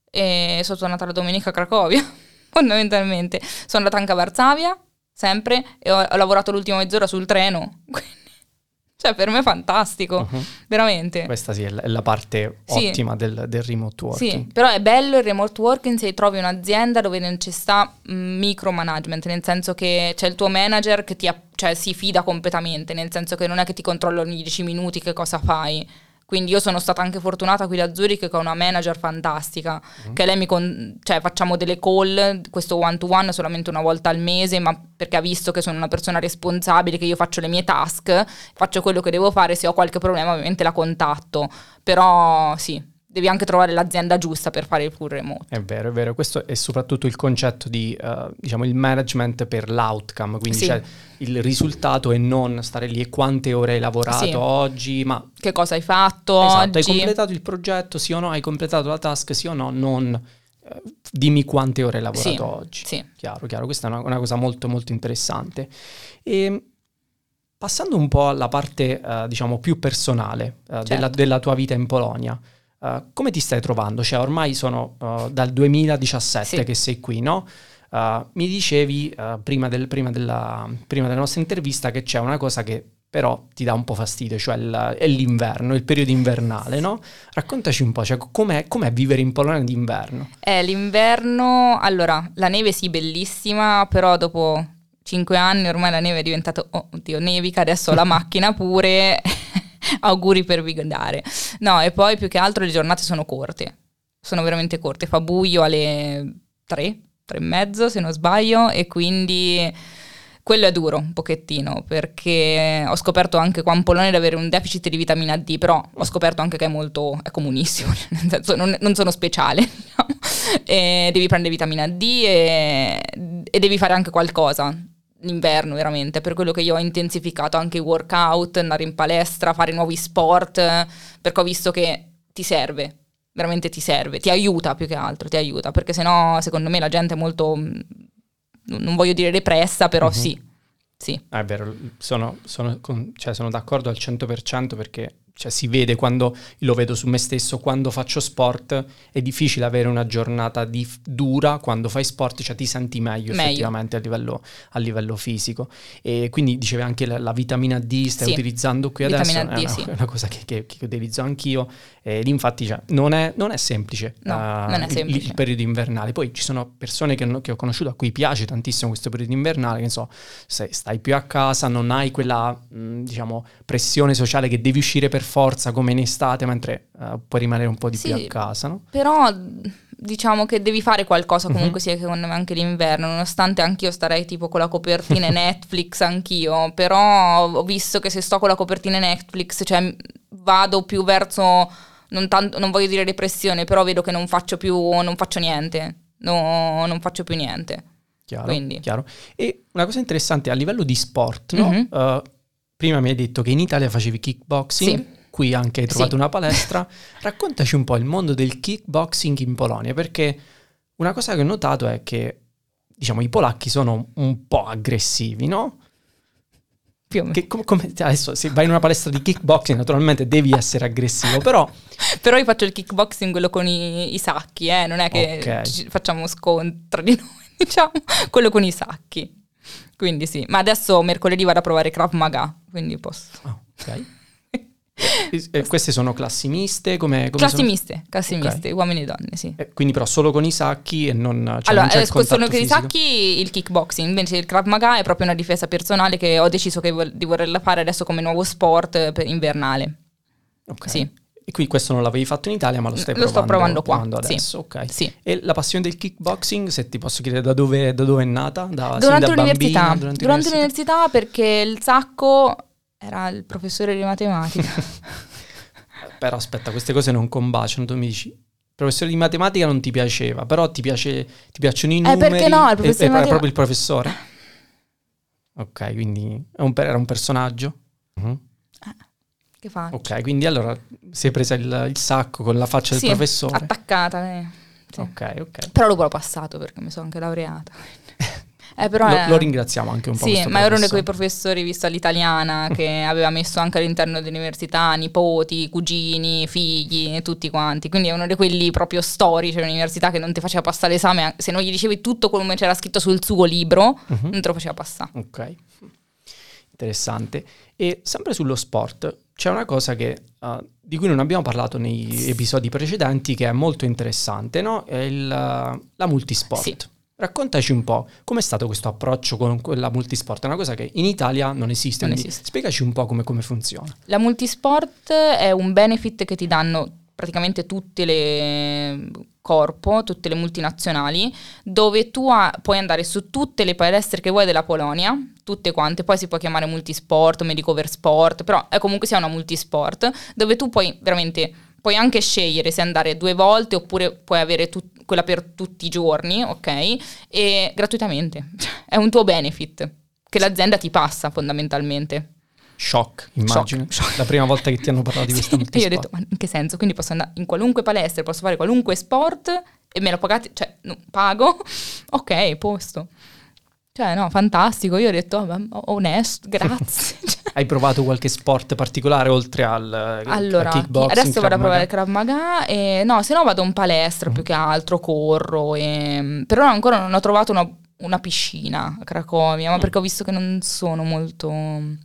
e sono tornata la domenica a Cracovia, fondamentalmente. Sono andata anche a Varsavia, sempre, e ho, ho lavorato l'ultima mezz'ora sul treno. Quindi, cioè, per me è fantastico, Mhm. veramente. Questa sì è la, è la parte Sì. ottima del, del remote working. Sì, però è bello il remote working se trovi un'azienda dove non ci sta mm, micromanagement, nel senso che c'è il tuo manager che ti app- cioè, si fida completamente, nel senso che non è che ti controlla ogni dieci minuti che cosa fai. Quindi io sono stata anche fortunata qui da Zurich che ho una manager fantastica, Mhm. che lei mi con- cioè facciamo delle call, questo one to one solamente una volta al mese, ma perché ha visto che sono una persona responsabile, che io faccio le mie task, faccio quello che devo fare, se ho qualche problema ovviamente la contatto, però sì, devi anche trovare l'azienda giusta per fare il full remote. È vero, è vero. Questo è soprattutto il concetto di, eh, diciamo, il management per l'outcome, quindi Sì. cioè il risultato e non stare lì e quante ore hai lavorato Sì. oggi, ma Che cosa hai fatto esatto, hai oggi? completato il progetto, sì o no, hai completato la task, sì o no, non eh, dimmi quante ore hai lavorato Sì, oggi. sì. Chiaro, chiaro, questa è una, una cosa molto molto interessante. E passando un po' alla parte, eh, diciamo, più personale eh, Certo. della, della tua vita in Polonia, eh, come ti stai trovando? Cioè, ormai sono eh, dal duemiladiciassette Sì. che sei qui, no? Eh, mi dicevi eh, prima, del- prima della, prima della nostra intervista che c'è una cosa che però ti dà un po' fastidio, cioè il, è l'inverno, il periodo invernale, no? Raccontaci un po', cioè com'è, com'è vivere in Polonia d'inverno? Eh, l'inverno, allora, la neve sì, bellissima, però dopo cinque anni ormai la neve è diventata, oh, oddio, nevica, adesso ho la macchina pure, auguri per guidare. No, e poi più che altro le giornate sono corte, sono veramente corte, fa buio alle tre, tre e mezzo se non sbaglio, e quindi quello è duro un pochettino, perché ho scoperto anche qua in Polonia di avere un deficit di vitamina D, però ho scoperto anche che è molto, è comunissimo, nel senso non, non sono speciale, diciamo. E devi prendere vitamina D e, e devi fare anche qualcosa l'inverno, veramente, per quello che io ho intensificato anche i workout, andare in palestra, fare nuovi sport, perché ho visto che ti serve, veramente ti serve, ti aiuta più che altro, ti aiuta, perché sennò secondo me la gente è molto, non voglio dire repressa, però uh-huh. sì, sì. È vero, sono, sono, con, cioè sono d'accordo al cento per cento, perché cioè, si vede quando, lo vedo su me stesso, quando faccio sport è difficile avere una giornata di, dura, quando fai sport cioè, ti senti meglio, meglio. effettivamente a livello, a livello fisico. E quindi dicevi anche la, la vitamina D stai sì. utilizzando qui vitamina adesso, D, è, una, sì. è una cosa che, che, che utilizzo anch'io, ed infatti cioè, non, è, non è semplice, no, uh, non è semplice. Il, il periodo invernale. Poi ci sono persone che, che ho conosciuto a cui piace tantissimo questo periodo invernale, che ne so, se stai più a casa, non hai quella mh, diciamo pressione sociale che devi uscire per forza come in estate, mentre uh, puoi rimanere un po' di sì, più a casa, no? Però diciamo che devi fare qualcosa comunque uh-huh. sia secondo me anche l'inverno, nonostante anch'io starei tipo con la copertina Netflix anch'io, però ho visto che se sto con la copertina Netflix cioè vado più verso, non, tanto, non voglio dire depressione, però vedo che non faccio più, non faccio niente, no, non faccio più niente. Chiaro, Quindi. chiaro. E una cosa interessante a livello di sport, no? Uh-huh. Uh, prima mi hai detto che in Italia facevi kickboxing. Sì. Qui anche hai trovato sì. una palestra. Raccontaci un po' il mondo del kickboxing in Polonia, perché una cosa che ho notato è che, diciamo, i polacchi sono un po' aggressivi, no? Più o meno. Che com- come, adesso se vai in una palestra di kickboxing naturalmente devi essere aggressivo, però... però io faccio il kickboxing quello con i, i sacchi, eh? Non è che okay. ci facciamo scontri di noi, diciamo, quello con i sacchi. Quindi sì, ma adesso mercoledì vado a provare Krav Maga, quindi posso... Oh, ok. E queste sono classi miste? Come, come classi sono? miste, classi okay. miste, uomini e donne, sì. Eh, quindi però solo con i sacchi e non, cioè allora, non c'è il contatto sono con i fisico? sacchi il kickboxing, invece il Krav Maga è proprio una difesa personale che ho deciso che vo- di volerla fare adesso come nuovo sport per invernale. Ok. Sì. E qui questo non l'avevi fatto in Italia, ma lo stai lo provando, sto provando qua, provando adesso, sì. ok. Sì. E la passione del kickboxing, se ti posso chiedere da dove, da dove è nata? Da, durante, da l'università. Bambina, durante, durante l'università. Durante l'università perché il sacco era il professore di matematica. Però aspetta, queste cose non combaciano, tu mi dici... Il professore di matematica non ti piaceva, però ti, piace, ti piacciono i numeri. Eh perché no, il professore e, di matematica... proprio il professore? Ok, quindi è un, era un personaggio? Uh-huh. Eh, che faccio? Ok, quindi allora si è presa il, il sacco con la faccia sì, del professore? attaccata. Eh. Sì. Ok, ok. Però l'ho passato perché mi sono anche laureata. Eh, però lo, è... lo ringraziamo anche un po'. Sì, ma ero uno di quei professori, visto all'italiana, che aveva messo anche all'interno dell'università nipoti, cugini, figli, tutti quanti. Quindi è uno di quelli proprio storici all'università che non ti faceva passare l'esame. Se non gli dicevi tutto come c'era scritto sul suo libro, uh-huh. non te lo faceva passare. Ok, interessante. E sempre sullo sport c'è una cosa che, uh, di cui non abbiamo parlato nei episodi precedenti, che è molto interessante, no? È il, uh, la multisport. Sì. Raccontaci un po' com'è stato questo approccio con quella multisport. È una cosa che in Italia non esiste, non quindi esiste. Spiegaci un po' come, come funziona. La multisport è un benefit che ti danno praticamente tutte le corpo, tutte le multinazionali, dove tu ha, puoi andare su tutte le palestre che vuoi della Polonia, tutte quante, poi si può chiamare multisport, medicover sport, però è comunque sia una multisport, dove tu puoi veramente... Puoi anche scegliere se andare due volte oppure puoi avere tu- quella per tutti i giorni, ok? E gratuitamente. È un tuo benefit che l'azienda ti passa fondamentalmente. Shock, immagino. Shock, shock. La prima volta che ti hanno parlato di questa sì, multisport. E io ho detto, ma in che senso? Quindi posso andare in qualunque palestra, posso fare qualunque sport e me lo pagate, cioè no, pago, ok, posto. Cioè no, fantastico, io ho detto, oh, onesto, grazie. Hai provato qualche sport particolare oltre al, allora, al kickboxing? Adesso vado a provare il Krav Maga e no, se no vado in palestra mm. più che altro, corro e... però ancora non ho trovato una, una piscina a Cracovia, ma mm. perché ho visto che non sono molto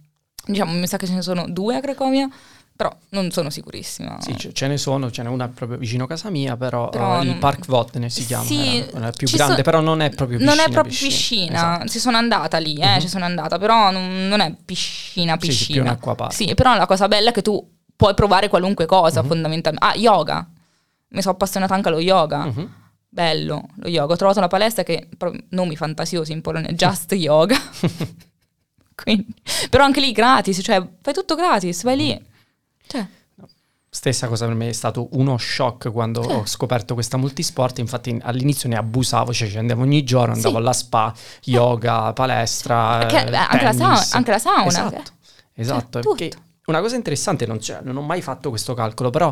Diciamo, mi sa che ce ne sono due a Cracovia, però non sono sicurissima. Sì, ce, ce ne sono, ce n'è una proprio vicino a casa mia, però, Però uh, il non- Park Vodne si chiama, Sì, era- era più ci grande, so- però non è proprio piscina. Non è proprio piscina, Esatto. ci sono andata lì, eh, Mhm. ci sono andata, però non, non è piscina, Sì, sì, più piscina. un acquapark. Sì, però la cosa bella è che tu puoi provare qualunque cosa, Mhm. fondamentalmente. Ah, yoga. Mi sono appassionata anche allo yoga. Mhm. Bello, lo yoga. Ho trovato una palestra che, proprio nomi fantasiosi in polonese, Just Yoga. Quindi, però anche lì gratis, cioè fai tutto gratis, vai lì. Cioè, Stessa cosa per me, è stato uno shock quando Sì. ho scoperto questa multisport, infatti all'inizio ne abusavo, cioè ci andavo ogni giorno, andavo Sì. alla spa, yoga, palestra, Anche- eh, anche la tennis. sauna- anche la sauna, Esatto, cioè. esatto. Cioè, Che tutto. una cosa interessante, non, c'è, non ho mai fatto questo calcolo, però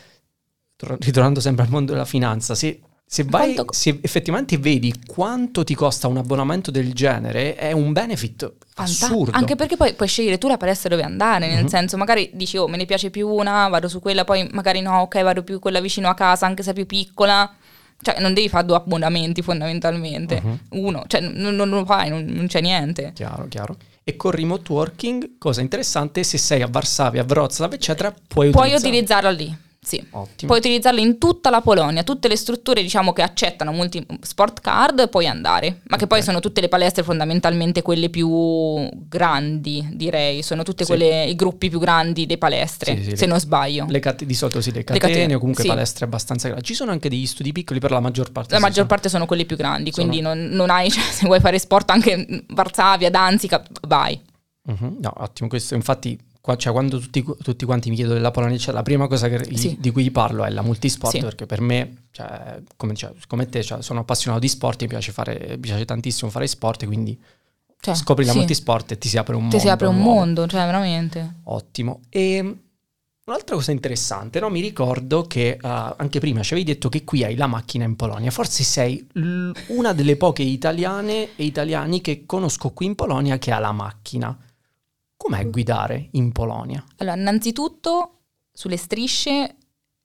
tor- ritornando sempre al mondo della finanza, se, se vai, Quanto co- se effettivamente vedi quanto ti costa un abbonamento del genere, è un benefit Fanta- assurdo. Anche perché poi puoi scegliere tu la palestra dove andare, nel Mhm. senso magari dici oh me ne piace più una, vado su quella, poi magari no, ok vado più quella vicino a casa anche se è più piccola, cioè non devi fare due abbonamenti fondamentalmente, Mhm. uno, cioè non, non lo fai, non, non c'è niente. Chiaro, chiaro. E con remote working, cosa interessante, se sei a Varsavia, a Wrocław, eccetera, puoi, Puoi utilizzare. utilizzarla lì, sì. Ottimo. Puoi utilizzarla in tutta la Polonia, tutte le strutture diciamo che accettano multi sport card puoi andare, ma che poi Ok. sono tutte le palestre fondamentalmente quelle più grandi direi, sono tutte Sì. quelle i gruppi più grandi di palestre, Sì, sì, se le- non sbaglio. Le cate- di solito sì, le catene, catene, o comunque sì. palestre abbastanza grandi. Ci sono anche degli studi piccoli, per la maggior parte. La sì, maggior sono- parte sono quelli più grandi, Sono- quindi non, non hai, cioè, se vuoi fare sport anche Varsavia, Danzica, vai. Mhm. No, ottimo. Questo, infatti, qua, cioè, quando tutti, tutti quanti mi chiedono della Polonia, cioè, la prima cosa che- Sì. di cui parlo è la multisport, Sì. perché per me, cioè, come, cioè, come te, cioè, sono appassionato di sport, mi piace fare, mi piace tantissimo fare sport, quindi Cioè, scopri la sì, multisport e ti si apre un ti mondo si apre un nuovo. mondo, cioè veramente. Ottimo. E un'altra cosa interessante, no? Mi ricordo che uh, anche prima ci avevi detto che qui hai la macchina in Polonia. Forse sei l- una delle poche italiane e italiani che conosco qui in Polonia che ha la macchina. Com'è guidare in Polonia? Allora, innanzitutto sulle strisce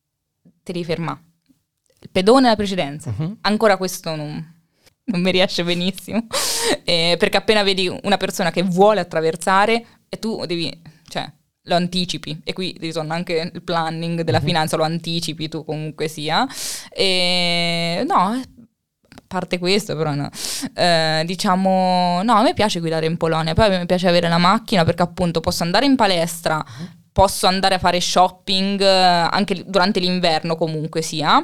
ti devi fermare. Il pedone è la precedenza. Mhm. Ancora questo non, non mi riesce benissimo. Eh, perché appena vedi una persona che vuole attraversare e tu devi, cioè, lo anticipi. E qui ritorna anche il planning della Mhm. finanza, lo anticipi tu comunque sia. E, no, a parte questo però no. Eh, diciamo, no, a me piace guidare in Polonia, poi a me piace avere la macchina perché appunto posso andare in palestra, posso andare a fare shopping eh, anche durante l'inverno comunque sia.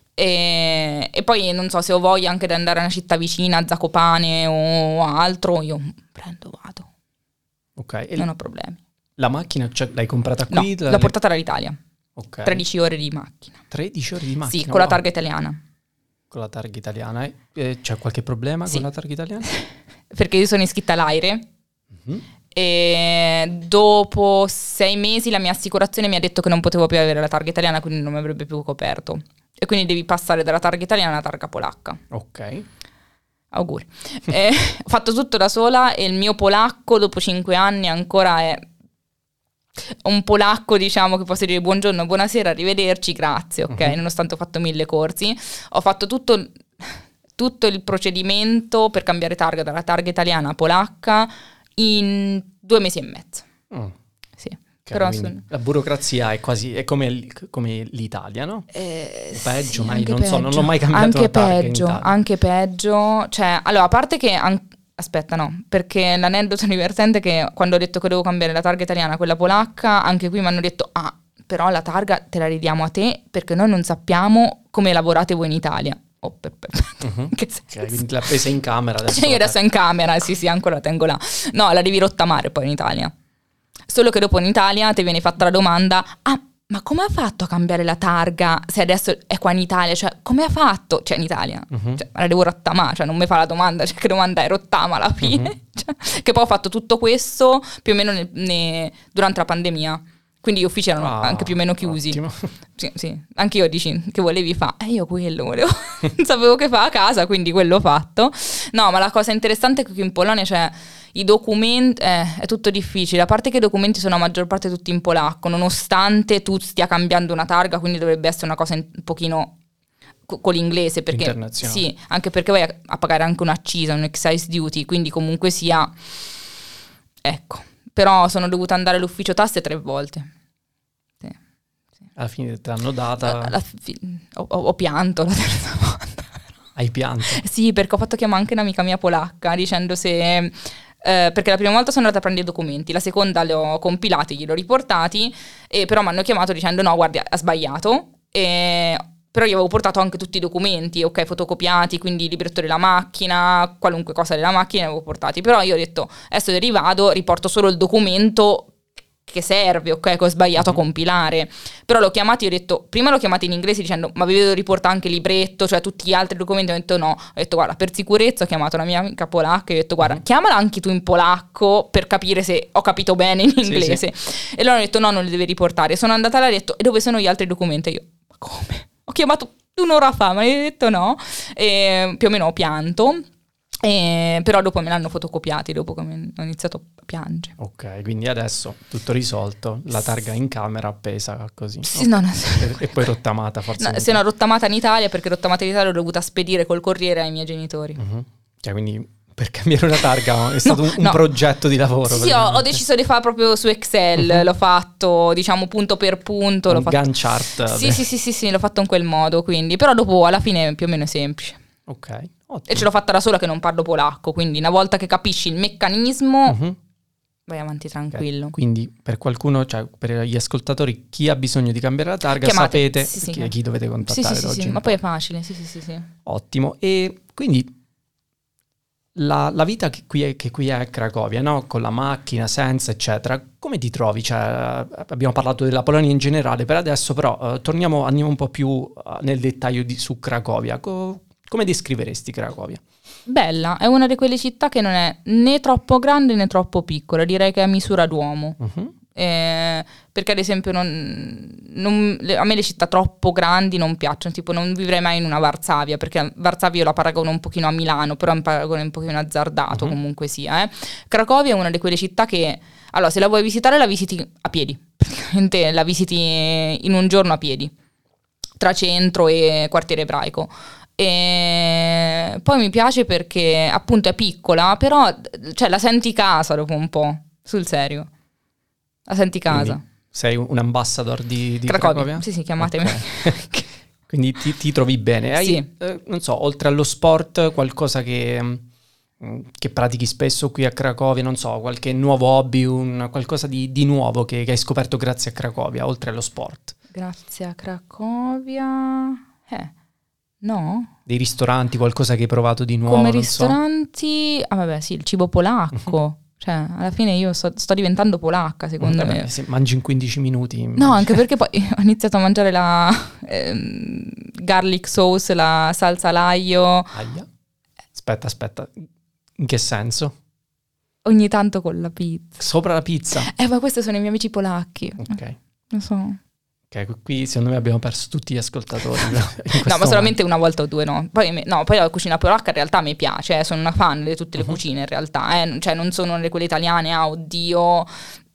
E, e poi non so se ho voglia anche di andare a una città vicina, a Zakopane o altro, io prendo, vado, Ok. E non ho problemi. la macchina, cioè, l'hai comprata No, qui? l'ho portata dall'Italia, Ok. tredici ore di macchina. tredici ore di macchina? Sì, con la wow. targa italiana. Con la targa italiana. Eh, eh, c'è qualche problema Sì. con la targa italiana? Perché io sono iscritta all'Aire Mhm. e dopo sei mesi la mia assicurazione mi ha detto che non potevo più avere la targa italiana, quindi non mi avrebbe più coperto. E quindi devi passare dalla targa italiana alla targa polacca. Ok. Auguri. Eh, ho fatto tutto da sola e il mio polacco dopo cinque anni ancora è un polacco, diciamo, che posso dire buongiorno, buonasera, arrivederci, grazie, ok? Mhm. Nonostante ho fatto mille corsi. Ho fatto tutto, tutto il procedimento per cambiare targa dalla targa italiana a polacca in due mesi e mezzo. Mm. Sì. Ok, Però quindi sono- la burocrazia è quasi è come, l- come l'Italia, no? Eh, O peggio, sì, ma anche non so, non peggio. l'ho mai cambiato Anche la targa in peggio, Italia. anche peggio. Cioè, allora, a parte che... an- Aspetta, no, perché l'aneddoto divertente è che quando ho detto che devo cambiare la targa italiana a quella polacca, anche qui mi hanno detto, ah, però la targa te la ridiamo a te perché noi non sappiamo come lavorate voi in Italia. Oh, per, per, Mhm. che Ok, senso? quindi l'ha presa in camera adesso. Cioè, io la adesso in camera, sì sì, ancora la tengo là. No, la devi rottamare poi in Italia. Solo che dopo in Italia ti viene fatta la domanda, ah, ma come ha fatto a cambiare la targa se adesso è qua in Italia? Cioè, come ha fatto? Cioè, in Italia. Mhm. Cioè, me la devo rottamare, cioè non mi fa la domanda, cioè che domanda è rottama alla fine? Mhm. Cioè, che poi ho fatto tutto questo più o meno ne- ne- durante la pandemia. Quindi gli uffici erano Ah, anche più o meno chiusi. ottimo. Sì, sì. Anche io dici che volevi fare, e io quello volevo, non sapevo che fa a casa, quindi quello ho fatto. No, ma la cosa interessante è che qui in Polonia c'è i documenti, eh, è tutto difficile, a parte che i documenti sono a maggior parte tutti in polacco, nonostante tu stia cambiando una targa, quindi dovrebbe essere una cosa in- un pochino co- con l'inglese, perché Internazionale. sì, anche perché vai a, a pagare anche un'accisa, un excise duty, quindi comunque sia, ecco. però sono dovuta andare all'ufficio tasse tre volte. Sì, sì. Alla fine te l'hanno data. Alla fi- ho, ho pianto la terza volta. Hai pianto? Sì, perché ho fatto chiamare anche un'amica mia polacca dicendo se... Eh, perché la prima volta sono andata a prendere i documenti, la seconda li ho compilati, glieli ho riportati, e però mi hanno chiamato dicendo no, guardi, ha sbagliato. E... Però io avevo portato anche tutti i documenti, ok, fotocopiati, quindi il libretto della macchina, qualunque cosa della macchina li avevo portati. Però io ho detto, adesso rivado, riporto solo il documento che serve, ok, che ho sbagliato mm-hmm. a compilare. Però l'ho chiamato, io ho detto, prima l'ho chiamato in inglese dicendo, ma vi vedo riportare anche il libretto, cioè tutti gli altri documenti. Ho detto no, ho detto guarda, per sicurezza ho chiamato una mia amica polacca e ho detto guarda, mm-hmm. chiamala anche tu in polacco per capire se ho capito bene in inglese. Sì, sì. E loro hanno detto no, non li devi riportare. Sono andata là e ho detto, e dove sono gli altri documenti? E io, ma come? Ho chiamato un'ora fa, ma hai detto no, e più o meno ho pianto, e però dopo me l'hanno fotocopiati, dopo che ho iniziato a piangere. Ok, quindi adesso tutto risolto, la targa in camera appesa così. Sì, okay. no, no. E, e poi rottamata forse. No, se no, rottamata in Italia, perché rottamata in Italia l'ho dovuta spedire col corriere ai miei genitori. Uh-huh. Cioè quindi... Per cambiare una targa è stato no, un, un no. progetto di lavoro. Sì, sì ho, ho deciso di fare proprio su Excel, uh-huh. l'ho fatto diciamo punto per punto. Un l'ho fatto... Gantt chart. Sì, sì, sì, sì, sì, l'ho fatto in quel modo, quindi. Però dopo alla fine più o meno è semplice. Ok, ottimo. E ce l'ho fatta da sola che non parlo polacco, quindi una volta che capisci il meccanismo uh-huh. vai avanti tranquillo. Okay. Quindi per qualcuno, cioè per gli ascoltatori, chi ha bisogno di cambiare la targa, chiamate. sapete sì, sì, chi, chi dovete contattare. Sì, sì, sì, sì. Ma poi è facile, sì, sì, sì, sì. Ottimo. E quindi... La, la vita che qui, è, che qui è a Cracovia, no? Con la macchina, senza, eccetera, come ti trovi? Cioè, abbiamo parlato della Polonia in generale, per adesso però uh, torniamo, andiamo un po' più uh, nel dettaglio di, su Cracovia. Co- come descriveresti Cracovia? Bella, è una di quelle città che non è né troppo grande né troppo piccola, direi che è a misura d'uomo. Uh-huh. Eh, perché ad esempio non, non, le, a me le città troppo grandi non piacciono, tipo non vivrei mai in una Varsavia, perché Varsavia io la paragono un pochino a Milano, però è un paragone un pochino azzardato, uh-huh. comunque sia. Eh. Cracovia è una di quelle città che, allora se la vuoi visitare la visiti a piedi, praticamente la visiti in un giorno a piedi, tra centro e quartiere ebraico. E poi mi piace perché appunto è piccola, però cioè, la senti casa dopo un po', sul serio. La senti casa. Quindi sei un ambassador di, di Cracovia? Cracovia? Sì, sì, chiamatemi. Okay. Quindi ti, ti trovi bene. Hai, sì. eh, non so, oltre allo sport, qualcosa che, che pratichi spesso qui a Cracovia, non so, qualche nuovo hobby, un, qualcosa di, di nuovo che, che hai scoperto grazie a Cracovia, oltre allo sport? Grazie a Cracovia... Eh, no? Dei ristoranti, qualcosa che hai provato di nuovo? Come non ristoranti... So. Ah vabbè, sì, il cibo polacco. Cioè, alla fine io sto, sto diventando polacca, secondo eh, me. Se mangi in quindici minuti... No, anche perché poi ho iniziato a mangiare la ehm, garlic sauce, la salsa all'aglio. Aia. Aspetta, aspetta. In che senso? Ogni tanto con la pizza. Sopra la pizza? Eh, ma questi sono i miei amici polacchi. Ok. Non so. Ok, qui secondo me abbiamo perso tutti gli ascoltatori. No, ma solamente una volta o due, no. Poi, no, poi la cucina polacca in realtà mi piace, eh, sono una fan di tutte le uh-huh. cucine in realtà, eh. Cioè non sono quelle italiane, ah oddio,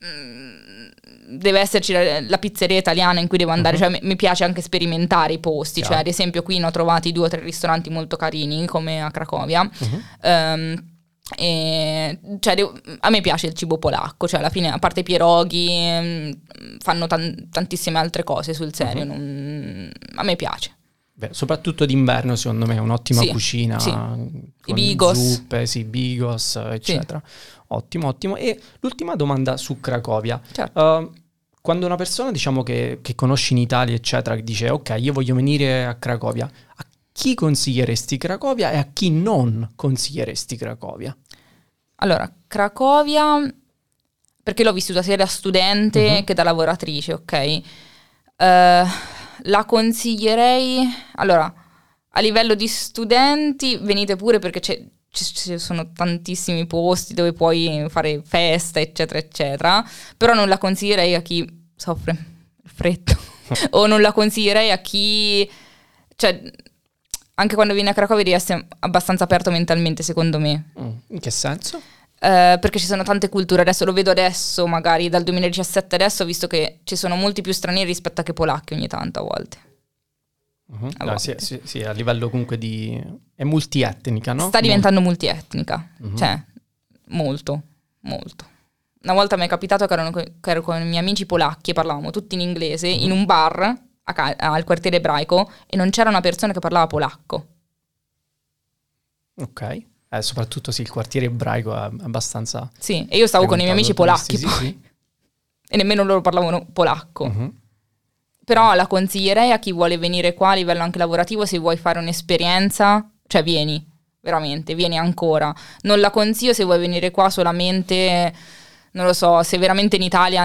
mh, deve esserci la, la pizzeria italiana in cui devo andare, uh-huh. cioè mi, mi piace anche sperimentare i posti, Chiaro. Cioè ad esempio qui ne ho trovati due o tre ristoranti molto carini, come a Cracovia, uh-huh. um, e, cioè, a me piace il cibo polacco, cioè alla fine a parte i pieroghi fanno tan- tantissime altre cose sul serio, uh-huh. non, a me piace. Beh, soprattutto d'inverno secondo me è un'ottima sì, cucina, sì. con i bigos, zuppe, sì, bigos eccetera, sì. Ottimo, ottimo. E l'ultima domanda su Cracovia, certo. uh, quando una persona diciamo che, che conosci in Italia eccetera dice ok io voglio venire a Cracovia, a chi consiglieresti Cracovia e a chi non consiglieresti Cracovia? Allora, Cracovia, perché l'ho vissuta sia da studente uh-huh. che da lavoratrice, ok? Uh, la consiglierei, allora, a livello di studenti venite pure perché c'è, ci sono tantissimi posti dove puoi fare festa, eccetera, eccetera, però non la consiglierei a chi soffre il freddo o non la consiglierei a chi... cioè anche quando vieni a Cracovia devi essere abbastanza aperto mentalmente, secondo me. Mm, in che senso? Uh, perché ci sono tante culture, adesso lo vedo adesso, magari dal duemiladiciassette adesso, ho visto che ci sono molti più stranieri rispetto a che polacchi ogni tanto a volte. Uh-huh. A no, volte. sì, sì, sì, a livello comunque di... è multietnica, no? Sta diventando multietnica, uh-huh. cioè molto, molto. una volta mi è capitato che, erano, che ero con i miei amici polacchi e parlavamo tutti in inglese in un bar a ca- al quartiere ebraico e non c'era una persona che parlava polacco. Ok. Eh, soprattutto sì, il quartiere ebraico è abbastanza... Sì, e io stavo con i miei amici polacchi sì, poi, sì. E nemmeno loro parlavano polacco. Uh-huh. Però la consiglierei a chi vuole venire qua a livello anche lavorativo, se vuoi fare un'esperienza, cioè vieni, veramente, vieni ancora. Non la consiglio se vuoi venire qua solamente, non lo so, se veramente in Italia,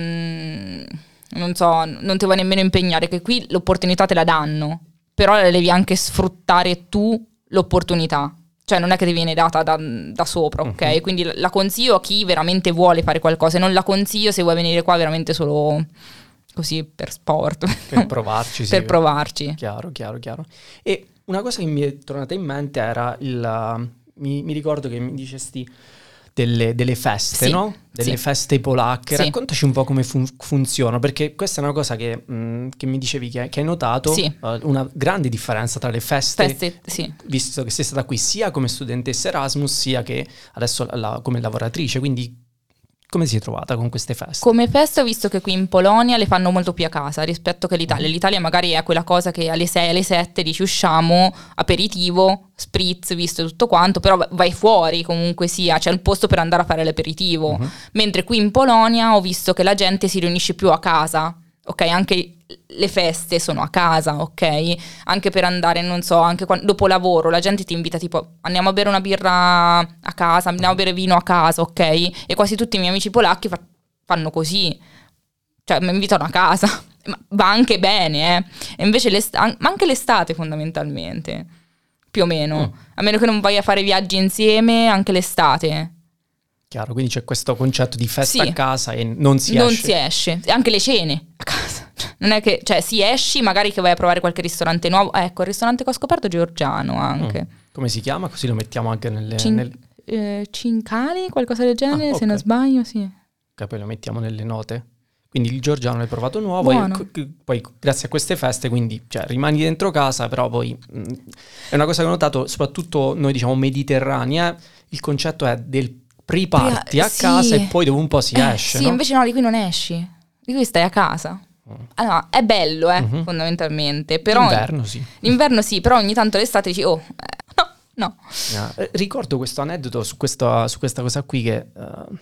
mh, non so, non ti vuoi nemmeno impegnare, che qui l'opportunità te la danno, però la devi anche sfruttare tu l'opportunità. Cioè non è che ti viene data da, da sopra, ok? Uh-huh. Quindi la consiglio a chi veramente vuole fare qualcosa e non la consiglio se vuoi venire qua veramente solo così per sport. Per provarci, sì. Per provarci. Chiaro, chiaro, chiaro. E una cosa che mi è tornata in mente era il... Mi, mi ricordo che mi dicesti delle, delle feste, sì, no? Delle sì. feste polacche. Sì. Raccontaci un po' come fun- funziona, perché questa è una cosa che, mh, che mi dicevi che, che hai notato, sì. uh, una grande differenza tra le feste, feste sì. visto che sei stata qui sia come studentessa Erasmus, sia che adesso la, come lavoratrice, quindi come si è trovata con queste feste? Come feste ho visto che qui in Polonia le fanno molto più a casa rispetto che l'Italia. L'Italia magari è quella cosa che alle sei, alle sette dici usciamo, aperitivo, spritz, visto tutto quanto, però vai fuori comunque sia, c'è il posto per andare a fare l'aperitivo. Uh-huh. Mentre qui in Polonia ho visto che la gente si riunisce più a casa, ok? Anche le feste sono a casa, ok? Anche per andare, non so, anche quando, dopo lavoro la gente ti invita tipo andiamo a bere una birra a casa, andiamo a bere vino a casa, ok? E quasi tutti i miei amici polacchi fa- fanno così, cioè mi invitano a casa, ma va anche bene, eh? E invece l'estate, ma anche l'estate fondamentalmente, più o meno, mm. a meno che non vai a fare viaggi insieme, anche l'estate. Chiaro, quindi c'è questo concetto di festa sì. a casa e non si non esce. Non si esce, anche le cene a casa. Non è che, cioè, si esci, magari che vai a provare qualche ristorante nuovo. Ecco, il ristorante che ho scoperto è georgiano anche. Mm. Come si chiama? Così lo mettiamo anche nelle... Cin- nel... eh, Cincali, qualcosa del genere, ah, okay. Se non sbaglio, sì. Ok, poi lo mettiamo nelle note. Quindi il georgiano l'hai provato nuovo e c- poi grazie a queste feste, quindi cioè, rimani dentro casa, però poi mh, è una cosa che ho notato, soprattutto noi diciamo mediterranea, il concetto è del priparti a sì. casa e poi dopo un po' si eh, esce, sì, no? Invece no, di qui non esci, di qui stai a casa. Mm. Allora, è bello, eh, uh-huh. fondamentalmente. Però l'inverno sì. L'inverno sì, però ogni tanto l'estate dici, oh, eh, no, no. Yeah. Ricordo questo aneddoto su, questo, su questa cosa qui che... Uh,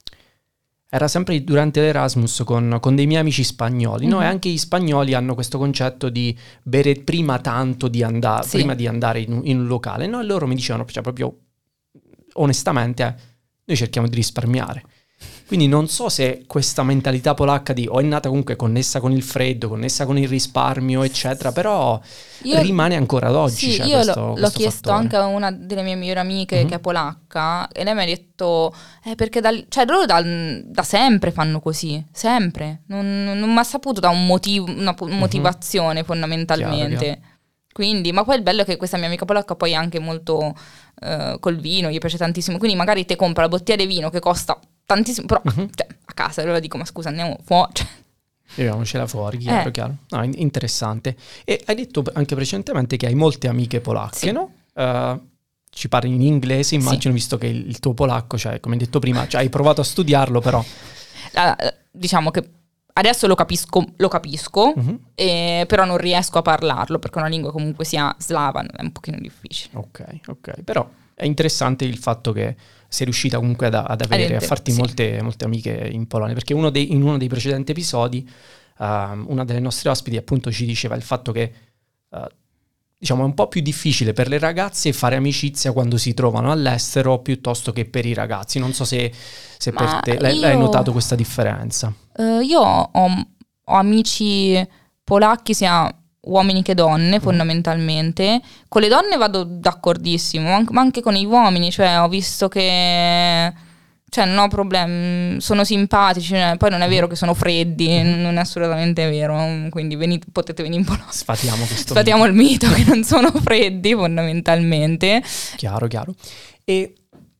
era sempre durante l'Erasmus con, con dei miei amici spagnoli, mm-hmm. no? E anche gli spagnoli hanno questo concetto di bere prima tanto di andare, sì. prima di andare in, in un locale, no? E loro mi dicevano, cioè proprio onestamente, eh, noi cerchiamo di risparmiare. Quindi non so se questa mentalità polacca di o è nata comunque connessa con il freddo, connessa con il risparmio, eccetera, però io, rimane ancora ad oggi. Sì, cioè, io questo, l'ho, questo l'ho chiesto fattore. anche a una delle mie migliori amiche mm-hmm. che è polacca e lei mi ha detto, eh, perché dal, cioè loro dal, da sempre fanno così, sempre. Non, non mi ha saputo da un motivo, una motivazione mm-hmm. fondamentalmente. Chiaro, chiaro. Quindi, ma poi il bello è che questa mia amica polacca poi è anche molto uh, col vino, gli piace tantissimo, quindi magari te compra la bottiglia di vino che costa tantissimo, però uh-huh. cioè, a casa allora dico, ma scusa, andiamo fuori. Cioè. Beviamocela fuori, chiaro, eh. chiaro. No, interessante. E hai detto anche precedentemente che hai molte amiche polacche, sì. no? Uh, ci parli in inglese, immagino, sì. visto che il, il tuo polacco, cioè, come hai detto prima, cioè, hai provato a studiarlo, però... Uh, diciamo che adesso lo capisco, lo capisco uh-huh. eh, però non riesco a parlarlo, perché è una lingua comunque sia slava, è un pochino difficile. Ok, ok. Però è interessante il fatto che sei riuscita comunque ad, ad avere, Adente, a farti sì. molte, molte amiche in Polonia, perché uno dei, in uno dei precedenti episodi uh, una delle nostre ospiti appunto ci diceva il fatto che uh, diciamo è un po' più difficile per le ragazze fare amicizia quando si trovano all'estero piuttosto che per i ragazzi. Non so se, se per te io, hai notato questa differenza. Uh, io ho, ho amici polacchi sia uomini che donne mm. fondamentalmente. Con le donne vado d'accordissimo, ma anche con gli uomini, cioè ho visto che cioè non ho problemi, sono simpatici, cioè, poi non è vero che sono freddi, mm. non è assolutamente vero, quindi venite, potete venire in Polonia. Sfatiamo questo Sfatiamo mito. il mito che non sono freddi fondamentalmente. Chiaro, chiaro. E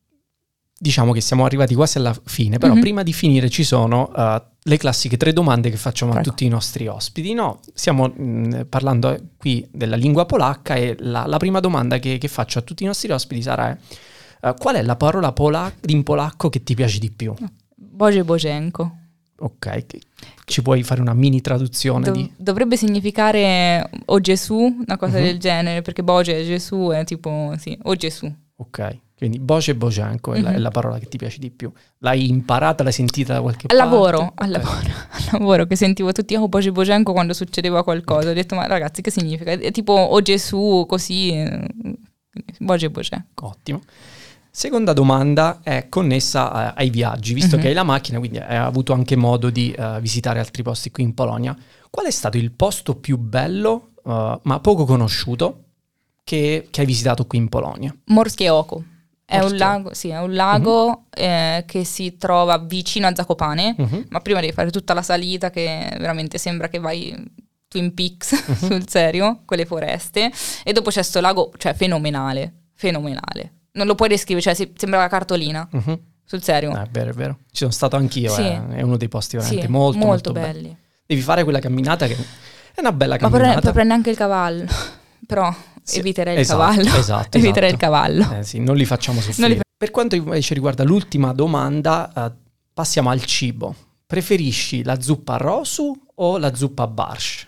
diciamo che siamo arrivati quasi alla fine, però mm-hmm. prima di finire ci sono uh, le classiche tre domande che facciamo Prego. a tutti i nostri ospiti. No, stiamo mh, parlando qui della lingua polacca e la, la prima domanda che, che faccio a tutti i nostri ospiti sarà uh, qual è la parola pola- in polacco che ti piace di più? Bože Boženko. Ok, ci puoi fare una mini traduzione Dov- di... Dovrebbe significare o Gesù, una cosa Mhm. del genere, perché Bože Gesù è tipo, sì, o Gesù. Ok, quindi Bože Boženko è, la, Mhm. è la parola che ti piace di più. L'hai imparata, l'hai sentita da qualche Al parte? lavoro, al Ok. lavoro, al lavoro, che sentivo tutti, oh Bože Boženko quando succedeva qualcosa. Ho detto, ma ragazzi, che significa? È tipo o Gesù, così, eh, Bože Boženko. Ottimo. Seconda domanda è connessa eh, ai viaggi, visto Mhm. che hai la macchina, quindi hai avuto anche modo di eh, visitare altri posti qui in Polonia. Qual è stato il posto più bello, eh, ma poco conosciuto, che, che hai visitato qui in Polonia? Morskie Oko. È un Morskie lago, sì, è un lago eh, che si trova vicino a Zakopane, Mhm. ma prima devi fare tutta la salita che veramente sembra che vai Twin Peaks sul serio, quelle foreste, e dopo c'è sto lago, cioè fenomenale, fenomenale. Non lo puoi descrivere, cioè si- sembra una cartolina, Mhm. sul serio. Eh, È vero, è vero. Ci sono stato anch'io, Sì. eh, è uno dei posti veramente Sì, molto, molto, belli. belli. Devi fare quella camminata che è una bella Ma poi camminata. poi prende anche il cavallo, però Sì, eviterei il esatto, cavallo. esatto, eviterei esatto. il cavallo. Eh sì, non li facciamo soffrire. Non li Per quanto invece riguarda l'ultima domanda, eh, passiamo al cibo. Preferisci la zuppa rosu o la zuppa barsh?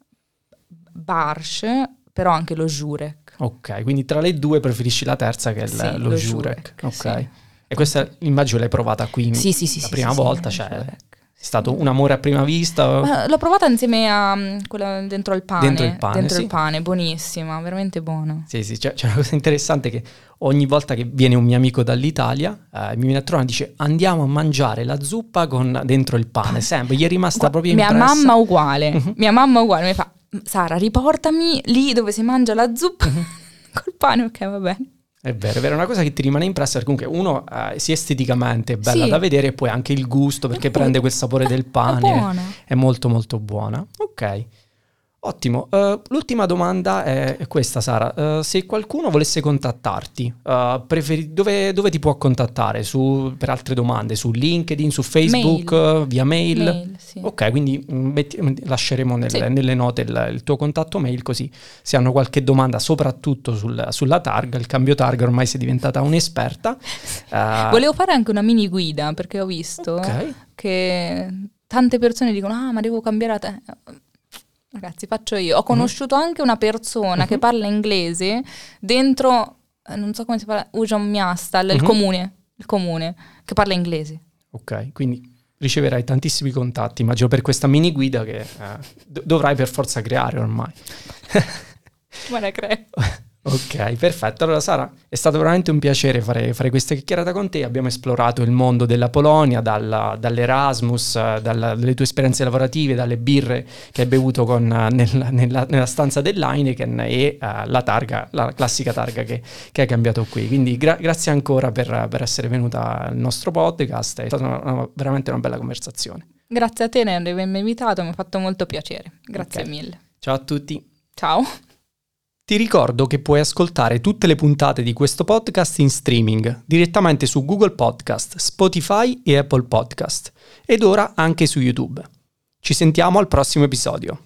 Barsh, però anche lo Jurek. Ok, quindi tra le due preferisci la terza che è il- Sì, lo, lo jurek. Jurek, Ok. sì. E questa immagino l'hai provata qui Sì, sì, sì. la sì, prima sì, volta, sì, cioè lo è Jurek. stato un amore a prima vista? Ma l'ho provata insieme a mm, quella dentro il pane. Dentro il pane, Dentro sì. il pane, buonissima, veramente buona. Sì, sì, c'è, c'è una cosa interessante che ogni volta che viene un mio amico dall'Italia eh, mi viene a trovare e dice andiamo a mangiare la zuppa con dentro il pane, sempre, gli è rimasta Gua- proprio mia impressa. mamma uguale, Mhm. mia mamma uguale, mi fa Sara, riportami lì dove si mangia la zuppa Mhm. col pane, ok, va bene. È vero, è vero, è una cosa che ti rimane impressa perché comunque uno eh, sia esteticamente è bella Sì. da vedere e poi anche il gusto perché È prende molto- quel sapore del È pane, buona. è molto molto buona. Ok, ottimo. Eh, l'ultima domanda è è questa, Sara. Eh, se qualcuno volesse contattarti, eh, preferi- dove, dove ti può contattare? Su- per altre domande, su LinkedIn, su Facebook, Mail. eh, via mail? Mail, sì. Ok, quindi mm, metti- lasceremo nel- Sì. nelle note il, il tuo contatto mail così se hanno qualche domanda soprattutto sul- sulla targa, il cambio targa ormai sei diventata un'esperta. Eh, Volevo fare anche una mini guida perché ho visto ok. che tante persone dicono ah ma devo cambiare la te-". Ragazzi, faccio io. Ho conosciuto anche una persona Mhm. che parla inglese dentro, eh, non so come si parla, Ujon Miastal, il Mhm. comune, il comune, che parla inglese. Ok, quindi riceverai tantissimi contatti, immagino per questa mini guida che eh, do- dovrai per forza creare ormai. Ma la creo. Ok, perfetto. Allora Sara, è stato veramente un piacere fare, fare questa chiacchierata con te. Abbiamo esplorato il mondo della Polonia, dalla- dall'Erasmus, eh, dalla- dalle tue esperienze lavorative, dalle birre che hai bevuto con, eh, nella, nella- nella stanza dell'Heineken e eh, la targa, la classica targa che, che hai cambiato qui. Quindi gra- grazie ancora per, per essere venuta al nostro podcast, è stata una- una- veramente una bella conversazione. Grazie a te per avermi invitato, mi ha fatto molto piacere. Grazie Ok. mille. Ciao a tutti. Ciao. Ti ricordo che puoi ascoltare tutte le puntate di questo podcast in streaming direttamente su Google Podcast, Spotify e Apple Podcast ed ora anche su YouTube. Ci sentiamo al prossimo episodio.